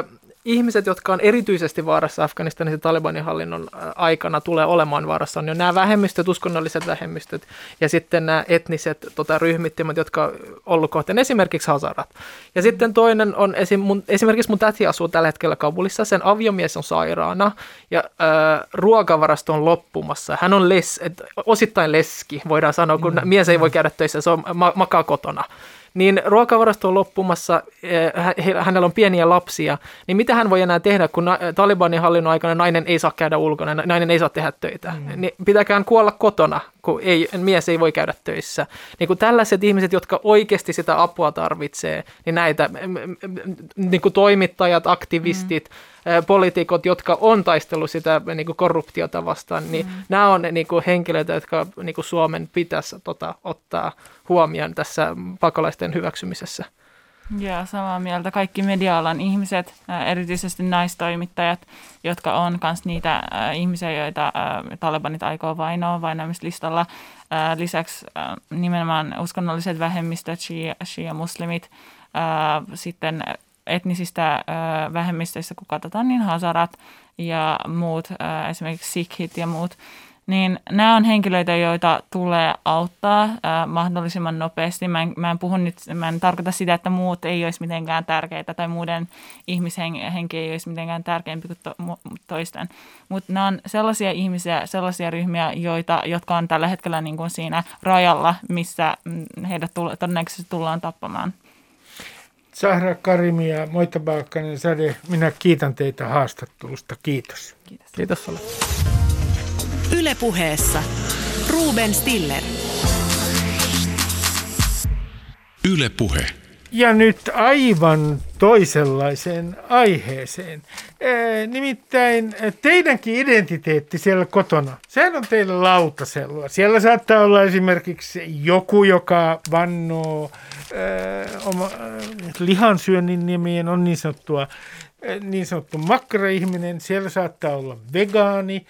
ihmiset, jotka on erityisesti vaarassa Afganistanin Talibanin hallinnon aikana, tulee olemaan vaarassa, on jo nämä vähemmistöt, uskonnolliset vähemmistöt ja sitten nämä etniset tota, ryhmittymät, jotka on ollut kohteen, esimerkiksi hazarat. Ja sitten toinen on, esim, mun, esimerkiksi mun täti asuu tällä hetkellä Kabulissa, sen aviomies on sairaana ja ää, ruokavarasto on loppumassa. Hän on les, et, osittain leski, voidaan sanoa, kun mm. mies ei voi käydä töissä, se on, ma- makaa kotona. Niin ruokavarasto on loppumassa, hänellä on pieniä lapsia, niin mitä hän voi enää tehdä, kun Talibanin hallinnon aikana nainen ei saa käydä ulkona, nainen ei saa tehdä töitä. Mm. Niin pitääkään kuolla kotona, kun ei, mies ei voi käydä töissä. Niin kun tällaiset ihmiset, jotka oikeasti sitä apua tarvitsee, niin näitä niin kuin toimittajat, aktivistit, mm. poliitikot, jotka on taistellut sitä niin kuin korruptiota vastaan, niin mm. nämä on niin kuin henkilöitä, jotka niin kuin Suomen pitäisi tota, ottaa huomioon tässä pakolaisten hyväksymisessä. Joo, samaa mieltä. Kaikki media-alan ihmiset, erityisesti naistoimittajat, jotka on myös niitä ihmisiä, joita talibanit aikoo vainoa vainoamislistalla. Lisäksi nimenomaan uskonnolliset vähemmistöt, shia-muslimit, sitten etnisistä vähemmistöistä, kun katsotaan, niin hazarat ja muut, esimerkiksi sikhit ja muut, niin nämä on henkilöitä, joita tulee auttaa äh, mahdollisimman nopeasti. Mä en, mä en puhu nyt, mä en tarkoita sitä, että muut ei olisi mitenkään tärkeitä tai muiden ihmishenki ei olisi mitenkään tärkeämpi kuin to, toisten. Mutta nämä on sellaisia ihmisiä, sellaisia ryhmiä, joita, jotka on tällä hetkellä niin kuin siinä rajalla, missä heidät tull, todennäköisesti tullaan tappamaan. Zahra Karimi ja Moita Balkanen Sade, minä kiitän teitä haastattelusta. Kiitos. Kiitos. Kiitos sulle. Yle Puheessa Ruben Stiller. Yle Puhe. Ja nyt aivan toisenlaiseen aiheeseen. Ee, nimittäin teidänkin identiteetti siellä kotona, sehän on teillä lautasella. Siellä saattaa olla esimerkiksi joku, joka vannoo ee, oma, lihansyönnin nimien, on niin, sanottua, niin sanottu makkara-ihminen. Siellä saattaa olla vegaani,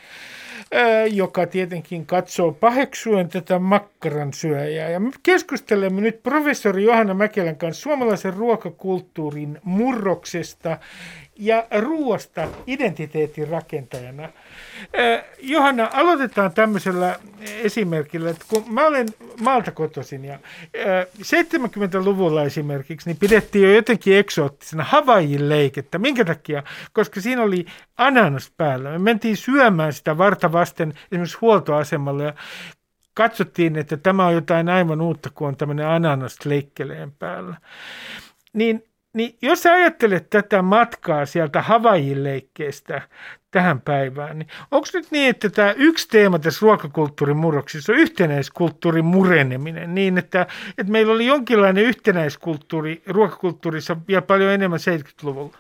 joka tietenkin katsoo paheksuen tätä makkaran syöjää. Ja me keskustelemme nyt professori Johanna Mäkelän kanssa suomalaisen ruokakulttuurin murroksesta ja ruoasta identiteetin rakentajana. Johanna, aloitetaan tämmöisellä esimerkillä, että kun mä olen maalta kotoisin ja seitsemänkymmentäluvulla esimerkiksi niin pidettiin jo jotenkin eksoottisena Havaijin leikettä. Minkä takia? Koska siinä oli ananas päällä. Me mentiin syömään sitä varta vasten esimerkiksi huoltoasemalle ja katsottiin, että tämä on jotain aivan uutta, kun on tämmöinen ananas leikkeleen päällä. Niin Niin jos ajattelet tätä matkaa sieltä Havaijin leikkeestä tähän päivään, niin onko nyt niin, että tämä yksi teema tässä ruokakulttuurin murroksissa on yhtenäiskulttuurin mureneminen, niin että, että meillä oli jonkinlainen yhtenäiskulttuuri ruokakulttuurissa vielä paljon enemmän seitsemänkymmentäluvulla?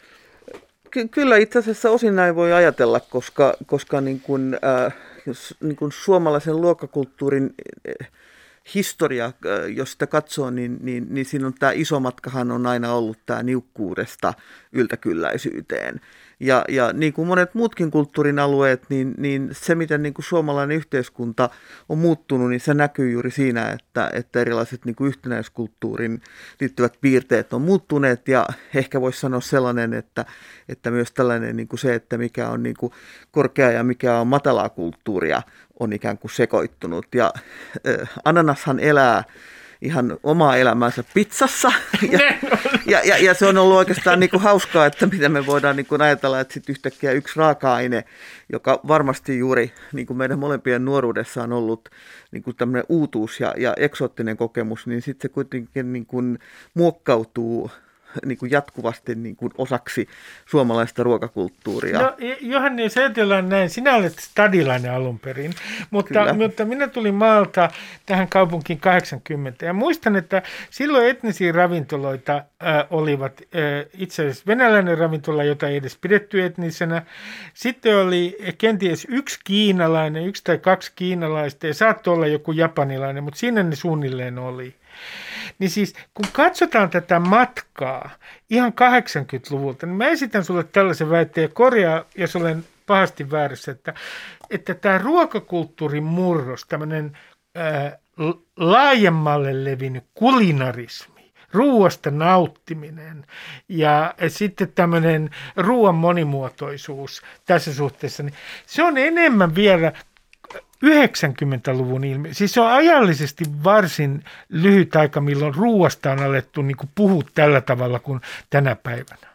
Ky- kyllä itse asiassa osin näin voi ajatella, koska, koska niin kuin, äh, niin kuin suomalaisen ruokakulttuurin äh, historia, jos sitä katsoo, niin, niin, niin siinä on tämä iso matkahan on aina ollut tämä niukkuudesta yltäkylläisyyteen. Ja, ja niin kuin monet muutkin kulttuurin alueet, niin, niin se, miten niin kuin suomalainen yhteiskunta on muuttunut, niin se näkyy juuri siinä, että, että erilaiset niin kuin yhtenäiskulttuurin liittyvät piirteet on muuttuneet. Ja ehkä voisi sanoa sellainen, että, että myös tällainen niin kuin se, että mikä on niin kuin korkea ja mikä on matalaa kulttuuria, on ikään kuin sekoittunut. Ja äh, ananashan elää ihan omaa elämäänsä pizzassa. Ja, ja, ja, ja se on ollut oikeastaan niin kuin hauskaa, että miten me voidaan niin kuin ajatella, että sitten yhtäkkiä yksi raaka-aine, joka varmasti juuri niin kuin meidän molempien nuoruudessa on ollut niin kuin tämmöinen uutuus ja, ja eksoottinen kokemus, niin sitten se kuitenkin niin kuin muokkautuu niin kuin jatkuvasti niin kuin osaksi suomalaista ruokakulttuuria. No Johanni, jos ajatellaan näin, sinä olet stadilainen alun perin, mutta, mutta minä tulin maalta tähän kaupunkiin kahdeksankymmentä ja muistan, että silloin etnisiä ravintoloita äh, olivat äh, itse asiassa venäläinen ravintola, jota ei edes pidetty etnisenä. Sitten oli kenties yksi kiinalainen, yksi tai kaksi kiinalaista ja saattoi olla joku japanilainen, mutta siinä ne suunnilleen oli. Niin siis kun katsotaan tätä matkaa ihan kahdeksankymmentäluvulta, niin mä esitän sulle tällaisen väitteen ja korjaa, jos olen pahasti väärässä, että, että tämä ruokakulttuurin murros, tämmöinen ää, laajemmalle levinnyt kulinarismi, ruuasta nauttiminen ja sitten tämmöinen ruoan monimuotoisuus tässä suhteessa, niin se on enemmän vielä yhdeksänkymmentäluvun ilmiö. Siis se on ajallisesti varsin lyhyt aika, milloin ruuasta on alettu niin kuin puhua tällä tavalla kuin tänä päivänä.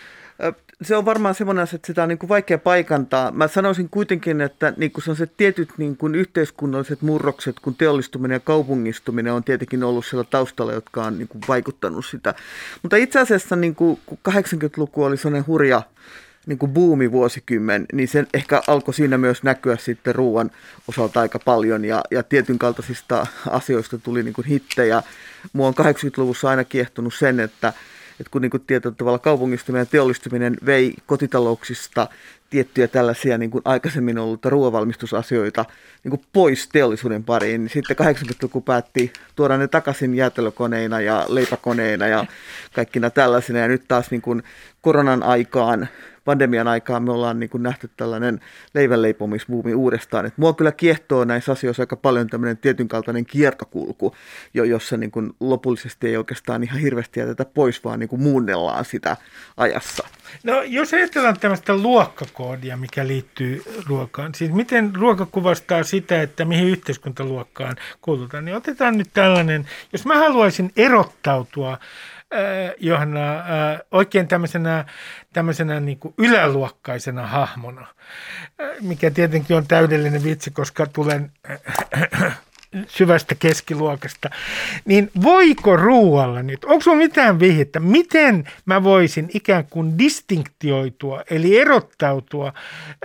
Se on varmaan semmoinen asia, että sitä on niin kuin vaikea paikantaa. Mä sanoisin kuitenkin, että niin kuin sellaiset tietyt niin kuin yhteiskunnalliset murrokset, kun teollistuminen ja kaupungistuminen on tietenkin ollut siellä taustalla, jotka on niin kuin vaikuttanut sitä. Mutta itse asiassa niin kuin, kun kahdeksankymmentäluku oli sellainen hurja niin kuin buumivuosikymmen, niin se ehkä alkoi siinä myös näkyä sitten ruoan osalta aika paljon ja, ja tietyn kaltaisista asioista tuli niin kuin hittejä. Mua on kahdeksankymmentäluvussa aina kiehtonut sen, että että kun niin kuin tietyllä tavalla kaupungistuminen ja teollistuminen vei kotitalouksista tiettyjä tällaisia niin kuin aikaisemmin ollut ruoanvalmistusasioita niin kuin pois teollisuuden pariin, niin sitten kahdeksankymmentäluku päätti tuoda ne takaisin jäätelökoneina ja leipäkoneina ja kaikkina tällaisina. Ja nyt taas niin kuin koronan aikaan, pandemian aikaan me ollaan niin kuin nähty tällainen leivänleipomisbuumi uudestaan. Et mua kyllä kiehtoo näissä asioissa aika paljon tämmöinen tietyn kaltainen kiertokulku, jo, jossa niin kuin lopullisesti ei oikeastaan ihan hirveästi jätetä pois, vaan niin kuin muunnellaan sitä ajassa. No jos ajatellaan tämmöistä luokkakoodia, mikä liittyy ruokaan, siis miten ruoka kuvastaa sitä, että mihin yhteiskuntaluokkaan kuulutaan, niin otetaan nyt tällainen, jos mä haluaisin erottautua Johanna, äh, oikein tämmöisenä, tämmöisenä niin kuin yläluokkaisena hahmona, äh, mikä tietenkin on täydellinen vitsi, koska tulen äh, syvästä keskiluokasta, niin voiko ruualla nyt, onko sinulla mitään vihjettä, miten mä voisin ikään kuin distinktioitua, eli erottautua äh,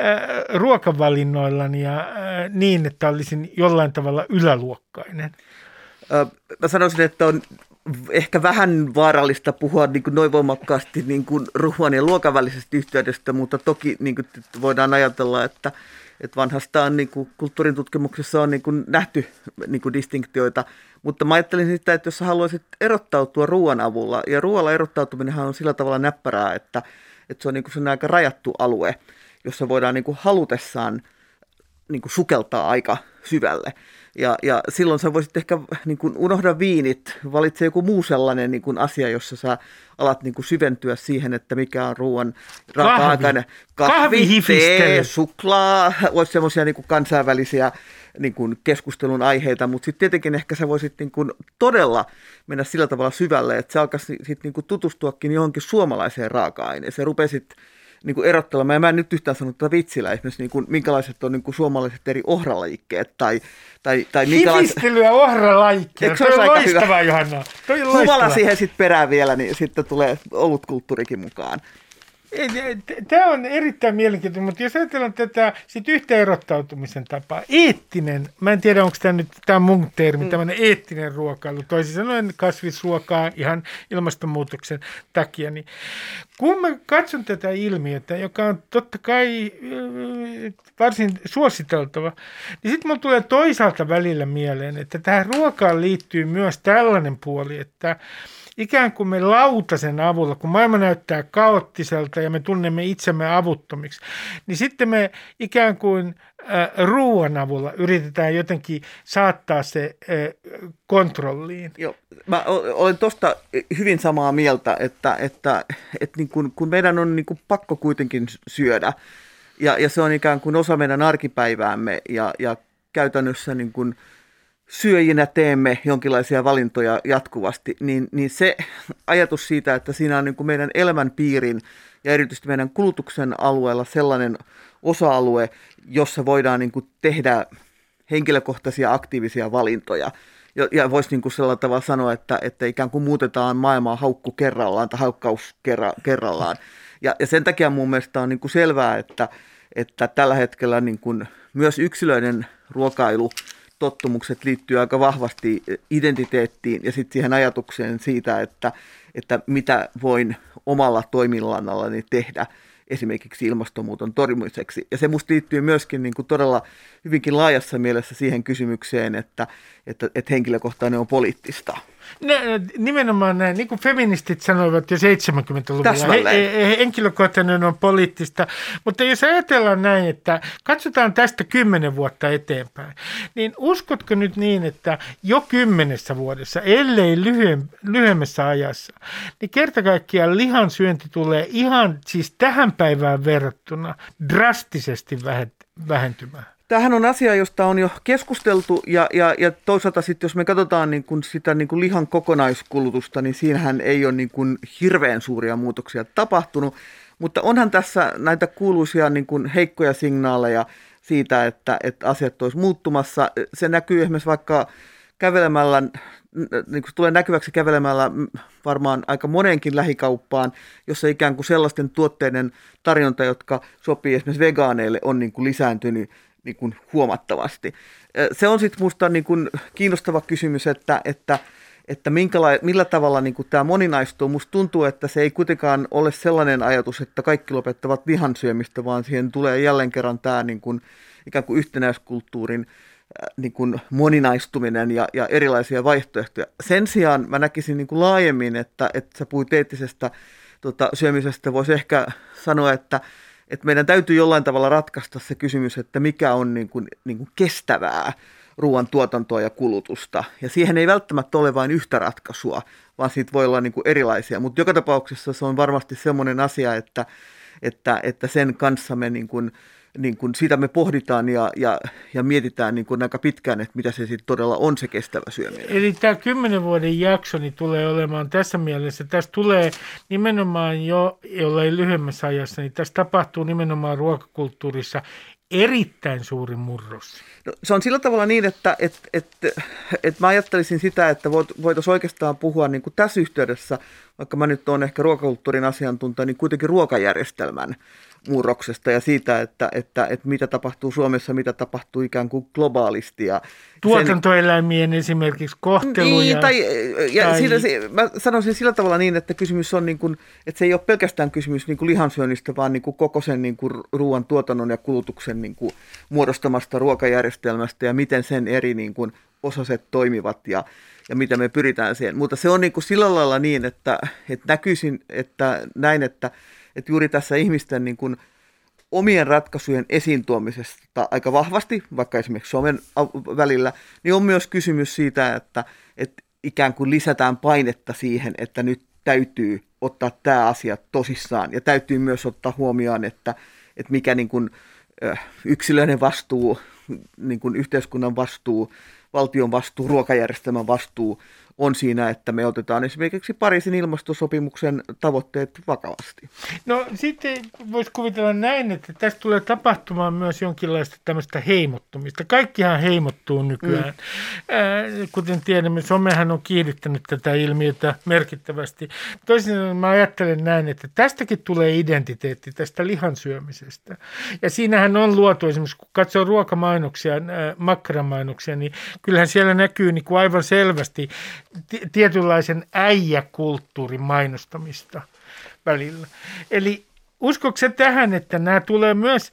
ruokavalinnoillani ja äh, niin, että olisin jollain tavalla yläluokkainen? Äh, mä sanoisin, että on ehkä vähän vaarallista puhua niin kuin noin voimakkaasti niin kuin ruoan ja luokan välisestä yhteydestä, mutta toki niin kuin voidaan ajatella, että, että vanhastaan niin kuin kulttuurin tutkimuksessa on niin kuin nähty niin kuin distinktioita, mutta mä ajattelin sitä, että jos haluaisit erottautua ruoan avulla, ja ruoalla erottautuminenhan on sillä tavalla näppärää, että, että se on niin kuin sellainen aika rajattu alue, jossa voidaan niin kuin halutessaan niin kuin sukeltaa aika syvälle. Ja, ja silloin sä voisit ehkä niin kuin unohda viinit, valitse joku muu sellainen niin kuin asia, jossa sä alat niin kuin syventyä siihen, että mikä on ruoan raaka-aikainen. Kahvi, tee, suklaa, olisi semmoisia niin kuin kansainvälisiä niin kuin keskustelun aiheita, mutta sitten tietenkin ehkä sä voisit niin kuin todella mennä sillä tavalla syvälle, että sä alkaisit sit niin kuin tutustuakin johonkin suomalaiseen raaka-aineeseen, rupesit niin kuin erottelemaan. Ja mä en nyt yhtään sanonut tätä vitsillä, esimerkiksi niin kuin, minkälaiset on niin kuin suomalaiset eri ohralajikkeet. Tai, tai, tai minkälaiset... Hivistelyä ohralajikkeet. Toi on loistavaa, Johanna. Kuvalla siihen sitten perään vielä, niin sitten tulee olutkulttuurikin mukaan. Tämä on erittäin mielenkiintoinen, mutta jos ajatellaan tätä sit yhtä erottautumisen tapaa, eettinen, mä en tiedä onko tämä nyt, tämä on mun termi, mm. tämmöinen eettinen ruokailu, toisin sanoen kasvisruokaa ihan ilmastonmuutoksen takia, niin kun mä katson tätä ilmiötä, joka on totta kai varsin suositeltava, niin sitten mun tulee toisaalta välillä mieleen, että tähän ruokaan liittyy myös tällainen puoli, että ikään kuin me lautasen avulla, kun maailma näyttää kaoottiselta ja me tunnemme itsemme avuttomiksi, niin sitten me ikään kuin äh, ruoan avulla yritetään jotenkin saattaa se äh, kontrolliin. Joo, mä olen tuosta hyvin samaa mieltä, että, että, että niin kun, kun meidän on niin kun pakko kuitenkin syödä ja, ja se on ikään kuin osa meidän arkipäiväämme ja, ja käytännössä niin kun syöjinä teemme jonkinlaisia valintoja jatkuvasti, niin, niin se ajatus siitä, että siinä on niin kuin meidän elämänpiirin ja erityisesti meidän kulutuksen alueella sellainen osa-alue, jossa voidaan niin kuin tehdä henkilökohtaisia aktiivisia valintoja. Ja, ja voisi niin kuin sellainen tavalla sanoa, että, että ikään kuin muutetaan maailmaa haukku kerrallaan tai haukkaus kerra, kerrallaan. Ja, ja sen takia mun mielestä on niin kuin selvää, että, että tällä hetkellä niin kuin myös yksilöiden ruokailu tottumukset liittyy aika vahvasti identiteettiin ja sitten siihen ajatukseen siitä, että, että mitä voin omalla toiminnallani tehdä esimerkiksi ilmastonmuuton torjumiseksi. Ja se musta liittyy myöskin niin kuin todella hyvinkin laajassa mielessä siihen kysymykseen, että, että, että henkilökohtainen on poliittista. Ne, nimenomaan näin, niin kuin feministit sanoivat jo seitsemänkymmentäluvulla, he, he, henkilökohtainen on poliittista, mutta jos ajatellaan näin, että katsotaan tästä kymmenen vuotta eteenpäin, niin uskotko nyt niin, että jo kymmenessä vuodessa, ellei lyhyen, lyhyemmässä ajassa, niin kerta kaikkiaan lihansyönti tulee ihan siis tähän päivään verrattuna drastisesti vähentymään? Tämähän on asia, josta on jo keskusteltu ja, ja, ja toisaalta sitten, jos me katsotaan niin kuin sitä niin kuin lihan kokonaiskulutusta, niin siinähän ei ole niin kuin hirveän suuria muutoksia tapahtunut, mutta onhan tässä näitä kuuluisia niin kuin heikkoja signaaleja siitä, että, että asiat olisi muuttumassa. Se näkyy esimerkiksi vaikka kävelemällä, niin kuin tulee näkyväksi kävelemällä varmaan aika moneenkin lähikauppaan, jossa ikään kuin sellaisten tuotteiden tarjonta, jotka sopii esimerkiksi vegaaneille, on niin kuin lisääntynyt niin kuin huomattavasti. Se on sitten minusta niin kuin kiinnostava kysymys, että, että, että minkäla- millä tavalla niin kuin tämä moninaistuu. Minusta tuntuu, että se ei kuitenkaan ole sellainen ajatus, että kaikki lopettavat lihan syömistä, vaan siihen tulee jälleen kerran tämä niin kuin, ikään kuin yhtenäiskulttuurin niin kuin moninaistuminen ja, ja erilaisia vaihtoehtoja. Sen sijaan mä näkisin niin kuin laajemmin, että, että sä puhuit eettisestä tota, syömisestä, voisi ehkä sanoa, että että meidän täytyy jollain tavalla ratkaista se kysymys, että mikä on niin kuin, niin kuin kestävää ruoan tuotantoa ja kulutusta. Ja siihen ei välttämättä ole vain yhtä ratkaisua, vaan siitä voi olla niin kuin erilaisia. Mutta joka tapauksessa se on varmasti semmoinen asia, että, että, että sen kanssa me niin kuin, niin kuin sitä me pohditaan ja, ja, ja mietitään niin kuin aika pitkään, että mitä se sitten todella on se kestävä syöminen. Eli tämä kymmenen vuoden jakso niin tulee olemaan tässä mielessä, tässä tulee nimenomaan jo, jollei lyhyemmässä ajassa, niin tässä tapahtuu nimenomaan ruokakulttuurissa erittäin suuri murros. No, se on sillä tavalla niin, että et, et, et mä ajattelisin sitä, että voitaisiin oikeastaan puhua niin kuin tässä yhteydessä, vaikka mä nyt olen ehkä ruokakulttuurin asiantuntija, niin kuitenkin ruokajärjestelmän murroksesta ja siitä, että, että, että mitä tapahtuu Suomessa, mitä tapahtuu ikään kuin globaalisti. Ja tuotantoeläimien sen, esimerkiksi kohtelu. Niin, ja, tai, ja tai... Siinä, mä sanoisin sillä tavalla niin, että kysymys on, niin kuin, että se ei ole pelkästään kysymys niin kuin lihansyönnistä, vaan niin kuin koko sen niin kuin ruoan tuotannon ja kulutuksen niin kuin muodostamasta ruokajärjestelmästä ja miten sen eri niin kuin osaset toimivat ja, ja mitä me pyritään siihen. Mutta se on niin kuin sillä lailla niin, että, että näkyisin, että näin, että että juuri tässä ihmisten niin kuin omien ratkaisujen esiin tuomisesta aika vahvasti, vaikka esimerkiksi Suomen välillä, niin on myös kysymys siitä, että, että ikään kuin lisätään painetta siihen, että nyt täytyy ottaa tämä asia tosissaan ja täytyy myös ottaa huomioon, että, että mikä niin kuin yksilöiden vastuu, niin kuin yhteiskunnan vastuu, valtion vastuu, ruokajärjestelmän vastuu on siinä, että me otetaan esimerkiksi Pariisin ilmastosopimuksen tavoitteet vakavasti. No sitten voisi kuvitella näin, että tästä tulee tapahtumaan myös jonkinlaista tämmöistä heimottumista. Kaikkihan heimottuu nykyään. Mm. Äh, kuten tiedämme, somehan on kiihdyttänyt tätä ilmiötä merkittävästi. Toisin sanoen mä ajattelen näin, että tästäkin tulee identiteetti tästä lihansyömisestä. Ja siinähän on luotu esimerkiksi, kun katsoo ruokamainoksia, äh, makkaramainoksia, niin kyllähän siellä näkyy niin kuin aivan selvästi tietynlaisen äijäkulttuurin mainostamista välillä. Eli uskotko sä tähän, että nämä tulee myös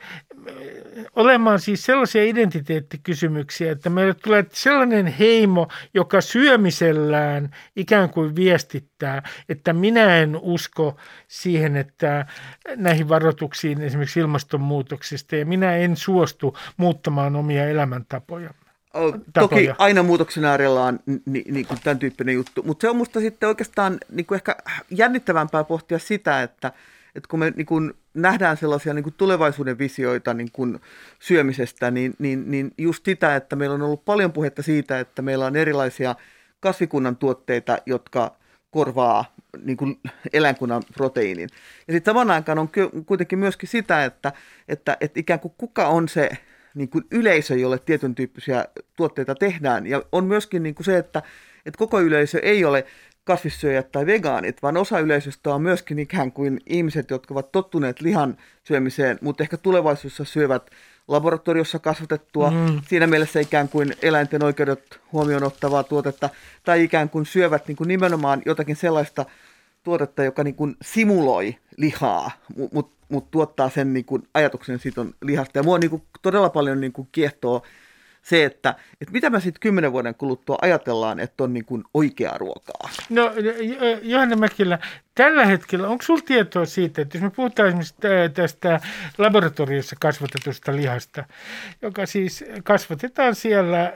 olemaan siis sellaisia identiteettikysymyksiä, että meille tulee sellainen heimo, joka syömisellään ikään kuin viestittää, että minä en usko siihen, että näihin varoituksiin esimerkiksi ilmastonmuutoksesta ja minä en suostu muuttamaan omia elämäntapoja. Toki aina muutoksen äärellä on ni, ni, niin tämän tyyppinen juttu, mutta se on musta sitten oikeastaan niin kuin ehkä jännittävämpää pohtia sitä, että, että kun me niin kuin nähdään sellaisia niin kuin tulevaisuuden visioita niin kuin syömisestä, niin, niin, niin just sitä, että meillä on ollut paljon puhetta siitä, että meillä on erilaisia kasvikunnan tuotteita, jotka korvaa niin kuin eläinkunnan proteiinin. Ja sitten samaan aikaan on kuitenkin myöskin sitä, että, että, että ikään kuin kuka on se niin kuin yleisö, jolle tietyn tyyppisiä tuotteita tehdään. Ja on myöskin niin kuin se, että, että koko yleisö ei ole kasvissyöjät tai vegaanit, vaan osa yleisöstä on myöskin ikään kuin ihmiset, jotka ovat tottuneet lihan syömiseen, mutta ehkä tulevaisuudessa syövät laboratoriossa kasvatettua, mm. siinä mielessä ikään kuin eläinten oikeudet huomioon ottavaa tuotetta, tai ikään kuin syövät niin kuin nimenomaan jotakin sellaista tuotetta, joka niin kuin simuloi lihaa, mutta mut tuottaa sen niin kuin ajatuksen siitä on lihasta. Ja mua niin kuin todella paljon niin kuin kiehtoo se, että, että mitä me sitten kymmenen vuoden kuluttua ajatellaan, että on niin kuin oikeaa ruokaa. No Johanna Mäkelä, tällä hetkellä, onko sinulla tietoa siitä, että jos me puhutaan esimerkiksi tästä laboratoriossa kasvatetusta lihasta, joka siis kasvatetaan siellä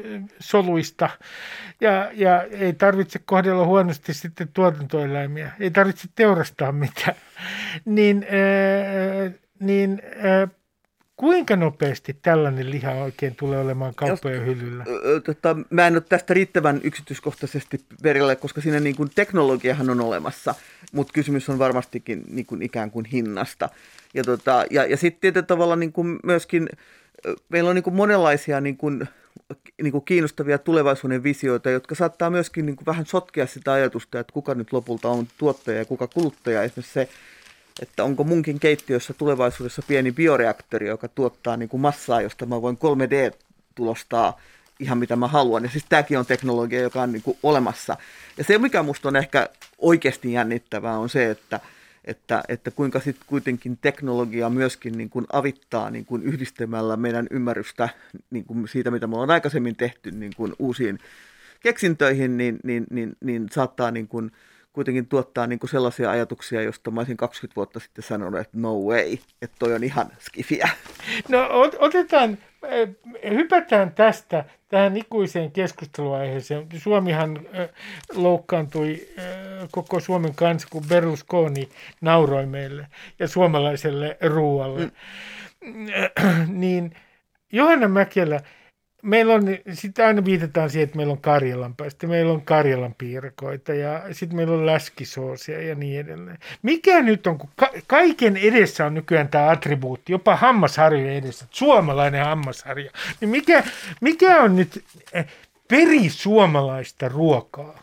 soluista ja, ja ei tarvitse kohdella huonosti sitten tuotantoeläimiä, ei tarvitse teurastaa mitään, niin, ää, niin ää, kuinka nopeasti tällainen liha oikein tulee olemaan kauppojen hyllyllä? Tota, mä en ole tästä riittävän yksityiskohtaisesti perillä, koska siinä niin kuin teknologiahan on olemassa, mutta kysymys on varmastikin niin kuin ikään kuin hinnasta. Ja, tota, ja, ja sitten tietyllä tavalla niin kuin myöskin meillä on niin kuin monenlaisia niin kuin, niin kuin kiinnostavia tulevaisuuden visioita, jotka saattaa myöskin niin kuin vähän sotkea sitä ajatusta, että kuka nyt lopulta on tuottaja ja kuka kuluttaja. Esimerkiksi se, että onko munkin keittiössä tulevaisuudessa pieni bioreaktori, joka tuottaa niin kuin massaa, josta mä voin kolme D-tulostaa ihan mitä mä haluan. Ja siis tämäkin on teknologia, joka on niin kuin olemassa. Ja se, mikä musta on ehkä oikeasti jännittävää, on se, että, että, että kuinka sitten kuitenkin teknologia myöskin niin kuin avittaa niin kuin yhdistämällä meidän ymmärrystä niin kuin siitä, mitä me ollaan aikaisemmin tehty niin kuin uusiin keksintöihin, niin, niin, niin, niin saattaa niin kuin kuitenkin tuottaa niin kuin sellaisia ajatuksia, joista mä olisin kaksikymmentä vuotta sitten sanonut, että no way, että toi on ihan skifiä. No otetaan, hypätään tästä tähän ikuiseen keskusteluaiheeseen. Suomihan loukkaantui koko Suomen kansa, kun Berlusconi nauroi meille ja suomalaiselle ruoalle. Mm. Niin Johanna Mäkelä, meillä on, sitten aina viitataan siihen, että meillä on Karjalanpäästä, meillä on Karjalan piirakoita ja sitten meillä on läskisoosia ja niin edelleen. Mikä nyt on, kun ka- kaiken edessä on nykyään tämä attribuutti, jopa hammasharjojen edessä, suomalainen hammasharja, niin mikä, mikä on nyt perisuomalaista ruokaa?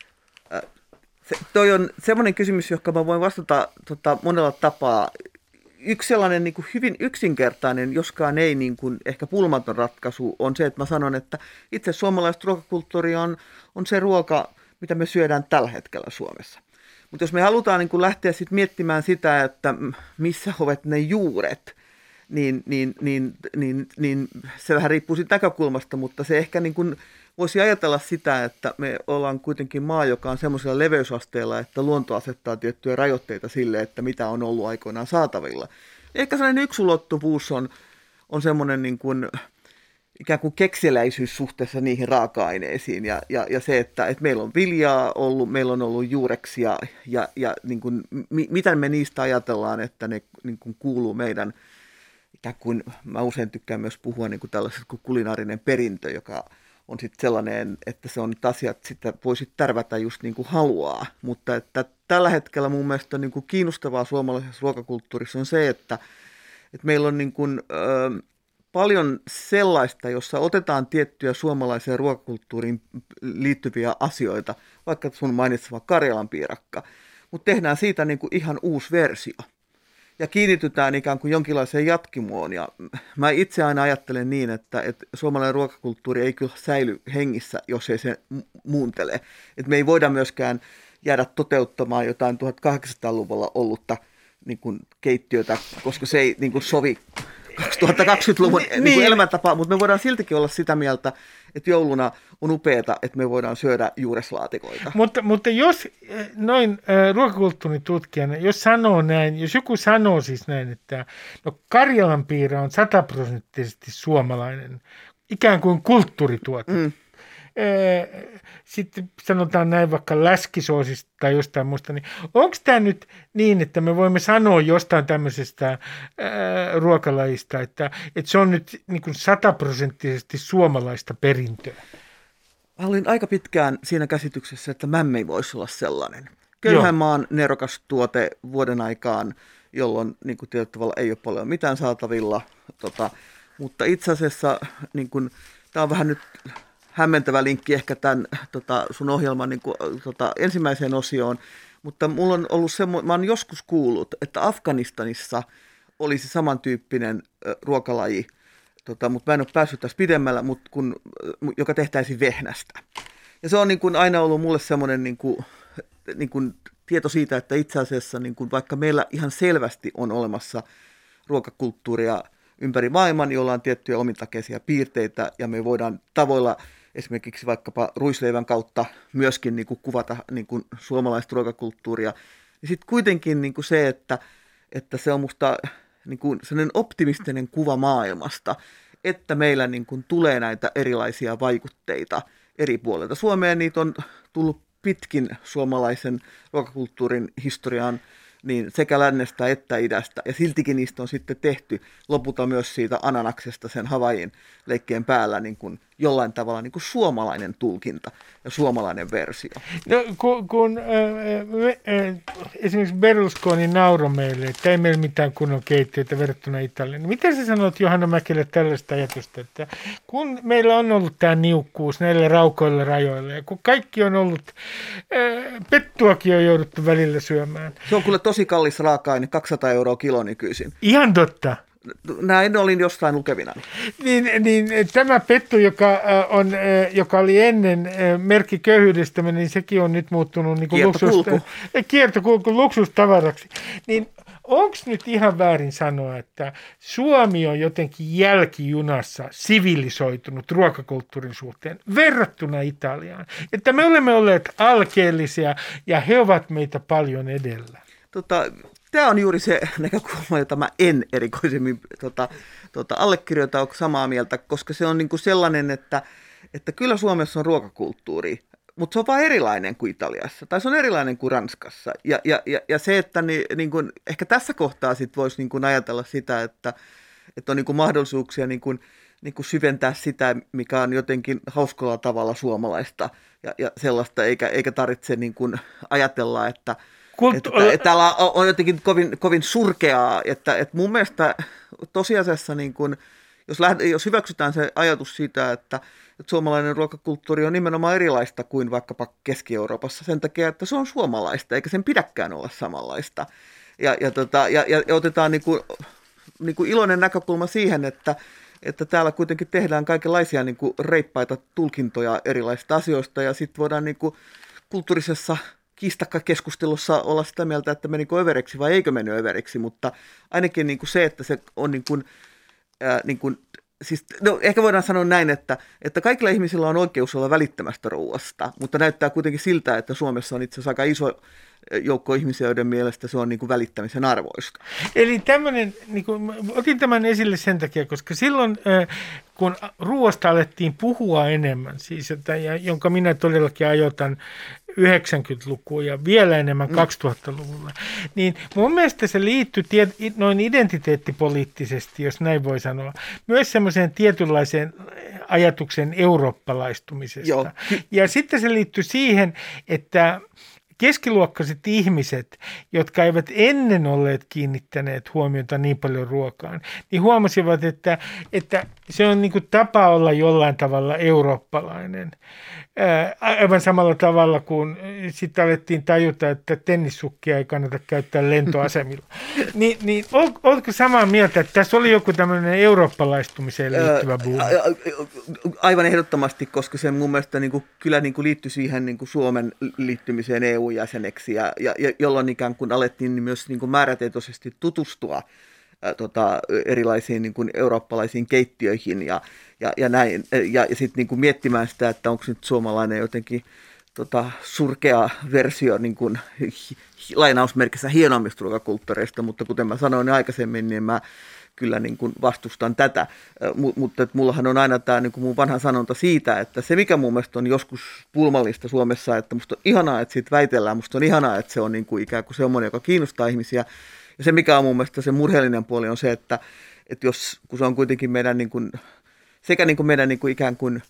Se, toi on semmoinen kysymys, johon mä voin vastata tota, monella tapaa. Yksi sellainen niin kuin hyvin yksinkertainen, joskaan ei niin kuin ehkä pulmaton ratkaisu, on se, että mä sanon, että itse suomalaista ruokakulttuuria on, on se ruoka, mitä me syödään tällä hetkellä Suomessa. Mutta jos me halutaan niin kuin lähteä sit miettimään sitä, että missä ovat ne juuret, niin, niin, niin, niin, niin se vähän riippuu siitä näkökulmasta, mutta se ehkä niin kuin voisi ajatella sitä, että me ollaan kuitenkin maa, joka on semmoisella leveysasteella, että luonto asettaa tiettyjä rajoitteita sille, että mitä on ollut aikoinaan saatavilla. Ehkä sellainen yksi ulottuvuus on, on semmoinen niin kuin, ikään kuin keksiläisyys suhteessa niihin raaka-aineisiin ja, ja, ja se, että, että meillä on viljaa ollut, meillä on ollut juureksia ja, ja niin kuin, mi, mitä me niistä ajatellaan, että ne niin kuin kuuluu meidän, ikään kuin mä usein tykkään myös puhua niin kuin tällaiset kuin kulinaarinen perintö, joka on sitten sellainen, että se on nyt asiat, sitä voi sitten tärvätä just niin kuin haluaa. Mutta että tällä hetkellä mun mielestä niin kuin kiinnostavaa suomalaisessa ruokakulttuurissa on se, että, että meillä on niin kuin, ö, paljon sellaista, jossa otetaan tiettyjä suomalaiseen ruokakulttuuriin liittyviä asioita, vaikka sun mainitsema Karjalan piirakka, mutta tehdään siitä niin kuin ihan uusi versio. Ja kiinnitytään ikään kuin jonkinlaiseen jatkimoon. Ja mä itse aina ajattelen niin, että, että suomalainen ruokakulttuuri ei kyllä säily hengissä, jos ei se muuntele. Että me ei voida myöskään jäädä toteuttamaan jotain tuhatkahdeksansataaluvulla ollutta niin kuin keittiötä, koska se ei niin kuin sovi kaksituhattakaksikymmentäluvun niin. Niin kuin elämäntapaa, mutta me voidaan siltikin olla sitä mieltä, että jouluna on upeata, että me voidaan syödä juureslaatikoita. Mutta, mutta jos noin äh, ruokakulttuurin tutkijana, jos sanoo näin, jos joku sanoo siis näin, että no Karjalan piira on sataprosenttisesti suomalainen, ikään kuin kulttuurituote. Mm. Sitten sanotaan näin vaikka läskisoosista tai jostain muusta, niin onko tämä nyt niin, että me voimme sanoa jostain tämmöisestä ää, ruokalajista, että, että se on nyt niin kuin sataprosenttisesti suomalaista perintöä? Mä olin aika pitkään siinä käsityksessä, että mämmei voisi olla sellainen. Köyhän maan nerokas tuote vuoden aikaan, jolloin niin kuin tietyllä tavalla ei ole paljon mitään saatavilla, tota, mutta itse asiassa niin kuin, tämä on vähän nyt hämmentävä linkki ehkä tämän tota, sun ohjelman niin kuin, tota, ensimmäiseen osioon, mutta mulla on ollut semmo, mä oon joskus kuullut, että Afganistanissa olisi samantyyppinen ö, ruokalaji, tota, mutta mä en ole päässyt tässä pidemmällä, mutta kun, joka tehtäisiin vehnästä. Ja se on niin kuin, aina ollut mulle semmoinen niin kuin, niin kuin, tieto siitä, että itse asiassa niin kuin, vaikka meillä ihan selvästi on olemassa ruokakulttuuria ympäri maailman, joilla on tiettyjä omintakeisia piirteitä, ja me voidaan tavoilla esimerkiksi vaikkapa ruisleivän kautta myöskin niin kuin kuvata niin kuin suomalaista ruokakulttuuria. Ja sitten kuitenkin niin kuin se, että, että se on musta niin kuin sellainen optimistinen kuva maailmasta, että meillä niin kuin tulee näitä erilaisia vaikutteita eri puolilta. Suomeen niitä on tullut pitkin suomalaisen ruokakulttuurin historiaan niin sekä lännestä että idästä, ja siltikin niistä on sitten tehty lopulta myös siitä ananaksesta sen Havaijin leikkeen päällä niin kuin jollain tavalla niin kuin suomalainen tulkinta ja suomalainen versio. No, kun kun äh, me, äh, esimerkiksi Berlusconi nauroi meille, että ei meillä mitään kunnon keittiöitä verrattuna Italiaan. No, miten sä sanot, Johanna Mäkelä, tällaista ajatusta, että kun meillä on ollut tämä niukkuus näille raukoille rajoille, ja kun kaikki on ollut, äh, pettuakin on jouduttu välillä syömään. Se on kyllä tosi kallis raaka-aine, kaksisataa euroa kilo nykyisin. Ihan totta. Näin olin jostain lukevina. Niin, niin tämä pettu, joka, on, joka oli ennen merkki köyhyydestä, niin sekin on nyt muuttunut niin kuin kiertokulku. Luksus, kiertokulku luksustavaraksi. Niin onko nyt ihan väärin sanoa, että Suomi on jotenkin jälkijunassa sivilisoitunut ruokakulttuurin suhteen verrattuna Italiaan? Että me olemme olleet alkeellisia ja he ovat meitä paljon edellä. Tota, Tämä on juuri se näkökulma, jota mä en erikoisemmin tota, tota, allekirjoita, ole samaa mieltä, koska se on niinku sellainen, että, että kyllä Suomessa on ruokakulttuuri, mutta se on vain erilainen kuin Italiassa, tai se on erilainen kuin Ranskassa. Ja, ja, ja, ja se, että ni, niin kuin, ehkä tässä kohtaa sit voisi niin kuin ajatella sitä, että, että on niin kuin mahdollisuuksia niin kuin, niin kuin syventää sitä, mikä on jotenkin hauskalla tavalla suomalaista ja, ja sellaista, eikä, eikä tarvitse niin kuin ajatella, että Kulttu- että, että täällä on jotenkin kovin, kovin surkeaa, että, että mun mielestä tosiasiassa, niin kun, jos, lähde, jos hyväksytään se ajatus siitä, että, että suomalainen ruokakulttuuri on nimenomaan erilaista kuin vaikkapa Keski-Euroopassa sen takia, että se on suomalaista, eikä sen pidäkään olla samanlaista. Ja, ja, tota, ja, ja otetaan niin kuin, niin kuin iloinen näkökulma siihen, että, että täällä kuitenkin tehdään kaikenlaisia niin kuin reippaita tulkintoja erilaisista asioista, ja sitten voidaan niin kuin kulttuurisessa kiistakka-keskustelussa olla sitä mieltä, että menikö överiksi vai eikö mennyt överiksi, mutta ainakin niin kuin se, että se on niin kuin, ää, niin kuin, siis, no, ehkä voidaan sanoa näin, että, että kaikilla ihmisillä on oikeus olla välittämästä ruuasta, mutta näyttää kuitenkin siltä, että Suomessa on itse asiassa aika iso joukko ihmisiä, joiden mielestä se on niin kuin välittämisen arvoista. Eli tämmöinen, niin kuin, otin tämän esille sen takia, koska silloin kun ruoasta alettiin puhua enemmän, siis, että, ja, jonka minä todellakin ajoitan yhdeksänkymmentälukua ja vielä enemmän kaksituhattaluvulla, niin mun mielestä se liittyy tiet, noin identiteettipoliittisesti, jos näin voi sanoa, myös semmoiseen tietynlaiseen ajatuksen eurooppalaistumisesta. Joo. Ja sitten se liittyy siihen, että keskiluokkaiset ihmiset, jotka eivät ennen olleet kiinnittäneet huomiota niin paljon ruokaan, niin huomasivat, että, että se on niin kuin tapa olla jollain tavalla eurooppalainen. Ää, aivan samalla tavalla kuin sitten alettiin tajuta, että tennissukkia ei kannata käyttää lentoasemilla. Ni, niin oletko samaa mieltä, että tässä oli joku tämmöinen eurooppalaistumiseen liittyvä buumi? Aivan ehdottomasti, koska se mun mielestä niin kuin, kyllä niin kuin liittyi siihen niin kuin Suomen liittymiseen E U-jäseneksi, ja, ja, jolloin ikään kuin alettiin myös niin kuin määrätietoisesti tutustua ää, tota, erilaisiin niin kuin eurooppalaisiin keittiöihin ja, ja, ja näin, ja, ja sitten niin kuin miettimään sitä, että onko nyt suomalainen jotenkin tota, surkea versio niin kuin, hi, lainausmerkissä hienommista ruokakulttuureista, mutta kuten mä sanoin aikaisemmin, niin mä kyllä niin kuin vastustan tätä, M- mutta että mullahan on aina tämä niin kuin mun vanha sanonta siitä, että se mikä mun mielestä on joskus pulmallista Suomessa, että musta on ihanaa, että siitä väitellään, musta on ihanaa, että se on niin kuin ikään kuin semmoinen, joka kiinnostaa ihmisiä, ja se mikä on mun mielestä se murheellinen puoli on se, että, että jos, kun se on kuitenkin meidän niin kuin, sekä niin kuin meidän niin kuin ikään kuin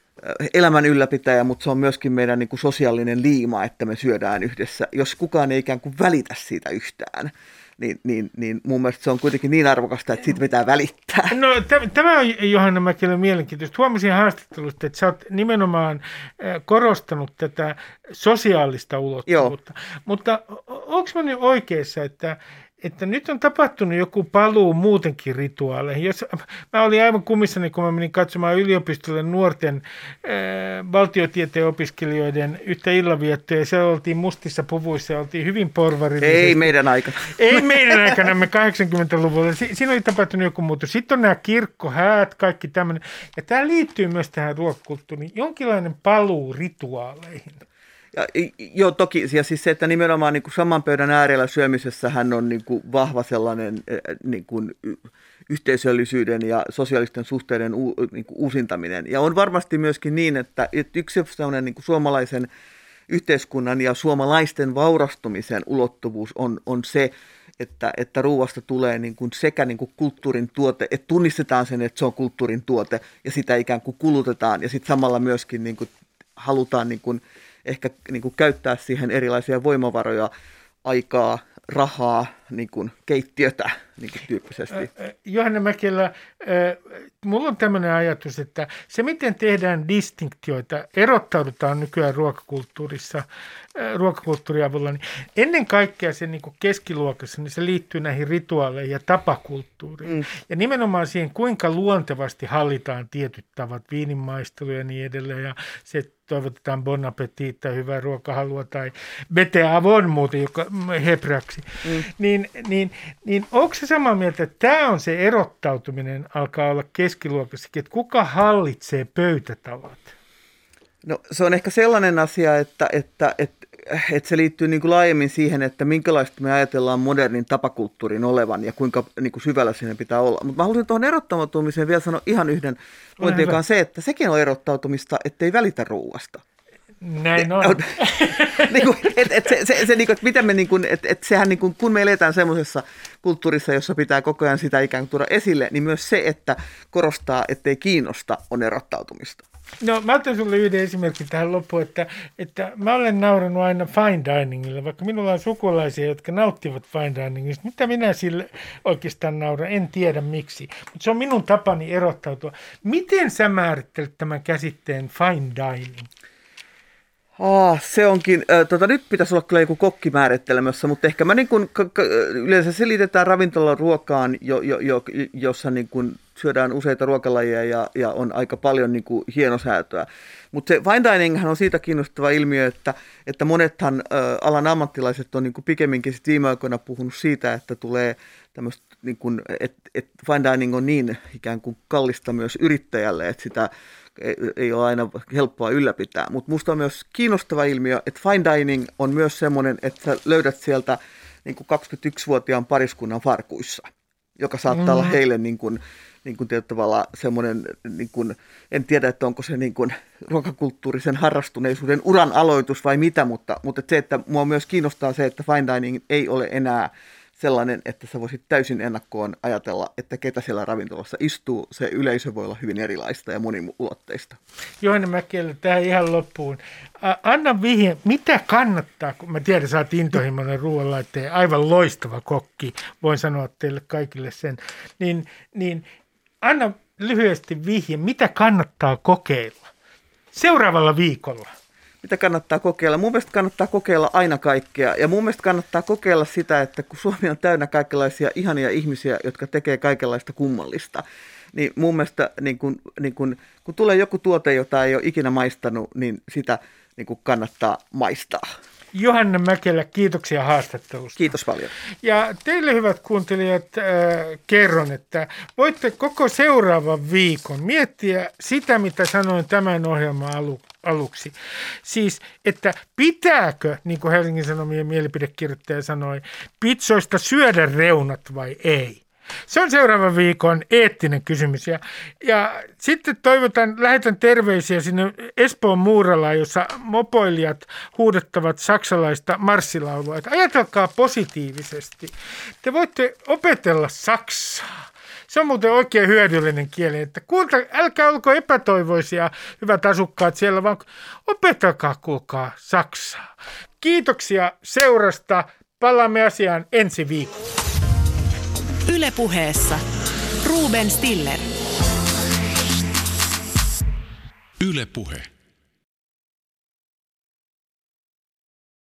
elämän ylläpitäjä, mutta se on myöskin meidän niin kuin sosiaalinen liima, että me syödään yhdessä, jos kukaan ei ikään kuin välitä siitä yhtään. Niin, niin, niin mun mielestä se on kuitenkin niin arvokasta, että siitä pitää välittää. No tämä on, Johanna Mäkelä, mielenkiintoista. Huomasin haastattelusta, että sä oot nimenomaan korostanut tätä sosiaalista ulottuvuutta. Joo. Mutta onko mä nyt oikeassa, että, että nyt on tapahtunut joku paluu muutenkin rituaaleihin. Jos, mä olin aivan kumissani, kun mä menin katsomaan yliopistolle nuorten äh, valtiotieteen opiskelijoiden yhtä illanviettoa, ja siellä oltiin mustissa puvuissa ja oltiin hyvin porvarillisesti. Ei meidän aikana. Ei meidän aikana, me kahdeksankymmentäluvulla. Si- siinä oli tapahtunut joku muutos. Sitten on nämä kirkkohäät, kaikki tämmöinen. Ja tämä liittyy myös tähän ruokakulttuuriin. Jonkinlainen paluu rituaaleihin. Ja, joo, toki. Ja siis se, että nimenomaan niin kuin saman pöydän äärellä syömisessähän on niin kuin vahva sellainen niin kuin yhteisöllisyyden ja sosiaalisten suhteiden u, niin kuin uusintaminen. Ja on varmasti myöskin niin, että yksi sellainen niin kuin suomalaisen yhteiskunnan ja suomalaisten vaurastumisen ulottuvuus on, on se, että, että ruuasta tulee niin kuin sekä niin kuin kulttuurin tuote, että tunnistetaan sen, että se on kulttuurin tuote ja sitä ikään kuin kulutetaan ja sitten samalla myöskin niin kuin halutaan niin kuin ehkä niin kuin käyttää siihen erilaisia voimavaroja, aikaa, rahaa, niin kuin keittiötä niin kuin tyyppisesti. Johanna Mäkelä, mulla on tämmöinen ajatus, että se miten tehdään distinktioita, erottaudutaan nykyään ruokakulttuurissa, ruokakulttuurin avulla, niin ennen kaikkea se niin kuin keskiluokassa, niin se liittyy näihin rituaaleihin ja tapakulttuuriin. Mm. Ja nimenomaan siihen, kuinka luontevasti hallitaan tietyt tavat, viininmaistelu ja niin edelleen, ja se toivotetaan bon appetit tai hyvää ruokahalua tai bete avon muuten, joka hebraksi. Mm. Niin, niin, niin onko se samaa mieltä, että tämä on se erottautuminen alkaa olla keskiluokassakin, että kuka hallitsee pöytätavat? No se on ehkä sellainen asia, että, että, että, että se liittyy niin kuin laajemmin siihen, että minkälaista me ajatellaan modernin tapakulttuurin olevan ja kuinka niin kuin syvällä siinä pitää olla. Mutta mä haluaisin tuohon erottautumiseen vielä sanoa ihan yhden pointin, joka on se, että sekin on erottautumista, ettei välitä ruuasta. Näin on. niin kuin, et, et se, se, se, niin kuin, että miten me, niin kuin, et, et sehän, niin kuin, kun me eletään semmoisessa kulttuurissa, jossa pitää koko ajan sitä ikään kuin tuoda esille, niin myös se, että korostaa, ettei kiinnosta, on erottautumista. No mä otan sulle yhden esimerkin tähän loppuun, että, että mä olen naurannut aina fine diningille, vaikka minulla on sukulaisia, jotka nauttivat fine diningista. Mitä minä sille oikeastaan nauran, en tiedä miksi, mutta se on minun tapani erottautua. Miten sä määrittelet tämän käsitteen fine dining? Ah, se onkin, äh, tota, nyt pitäisi olla kyllä joku kokki määrittelemässä, mutta ehkä mä niin kuin, k- k- yleensä selitetään ravintolan ruokaan, jo, jo, jo, jossa niin kuin syödään useita ruokalajeja ja, ja on aika paljon niin kuin hienosäätöä. Mutta se fine dininghän on siitä kiinnostava ilmiö, että, että monethan äh, alan ammattilaiset on niin kuin pikemminkin sit viime aikoina puhunut siitä, että tulee tämmöistä, niin kuin, että, että fine dining on niin ikään kuin kallista myös yrittäjälle, että sitä ei ole aina helppoa ylläpitää, mutta musta on myös kiinnostava ilmiö, että fine dining on myös semmoinen, että sä löydät sieltä niin kuin kaksikymmentäyksivuotiaan pariskunnan farkuissa, joka saattaa mm. olla heille niin kuin, niin kuin tavalla semmoinen, niin kuin, en tiedä, että onko se niin kuin ruokakulttuurisen harrastuneisuuden uran aloitus vai mitä, mutta, mutta se, että mua myös kiinnostaa se, että fine dining ei ole enää sellainen, että sä voisit täysin ennakkoon ajatella, että ketä siellä ravintolassa istuu. Se yleisö voi olla hyvin erilaista ja moniulotteista. Johanna Mäkelä, tähän ihan loppuun. Anna vihje, mitä kannattaa, kun mä tiedän, sä oot intohimoinen ruoanlaitteen, aivan loistava kokki, voin sanoa teille kaikille sen, niin, niin anna lyhyesti vihje, mitä kannattaa kokeilla seuraavalla viikolla? Mitä kannattaa kokeilla? Mun mielestä kannattaa kokeilla aina kaikkea. Ja mun mielestä kannattaa kokeilla sitä, että kun Suomi on täynnä kaikenlaisia ihania ihmisiä, jotka tekee kaikenlaista kummallista, niin mun mielestä niin kun, niin kun, kun tulee joku tuote, jota ei ole ikinä maistanut, niin sitä niin kun kannattaa maistaa. Johanna Mäkelä, kiitoksia haastattelusta. Kiitos paljon. Ja teille hyvät kuuntelijat, äh, kerron, että voitte koko seuraavan viikon miettiä sitä, mitä sanoin tämän ohjelman alu, aluksi. Siis, että pitääkö, niin kuin Helsingin Sanomien mielipidekirjoittaja sanoi, pizzoista syödä reunat vai ei? Se on seuraavan viikon eettinen kysymys. Ja, ja sitten toivotan, lähetän terveisiä sinne Espoon Muuralaan, jossa mopoilijat huudettavat saksalaista marssilaulua. Että ajatelkaa positiivisesti. Te voitte opetella saksaa. Se on muuten oikein hyödyllinen kieli, että kuulta, älkää olko epätoivoisia, hyvät asukkaat siellä, vaan opetelkaa, kuulkaa saksaa. Kiitoksia seurasta. Palaamme asiaan ensi viikolla. Yle Puheessa Ruben Stiller. Yle Puhe.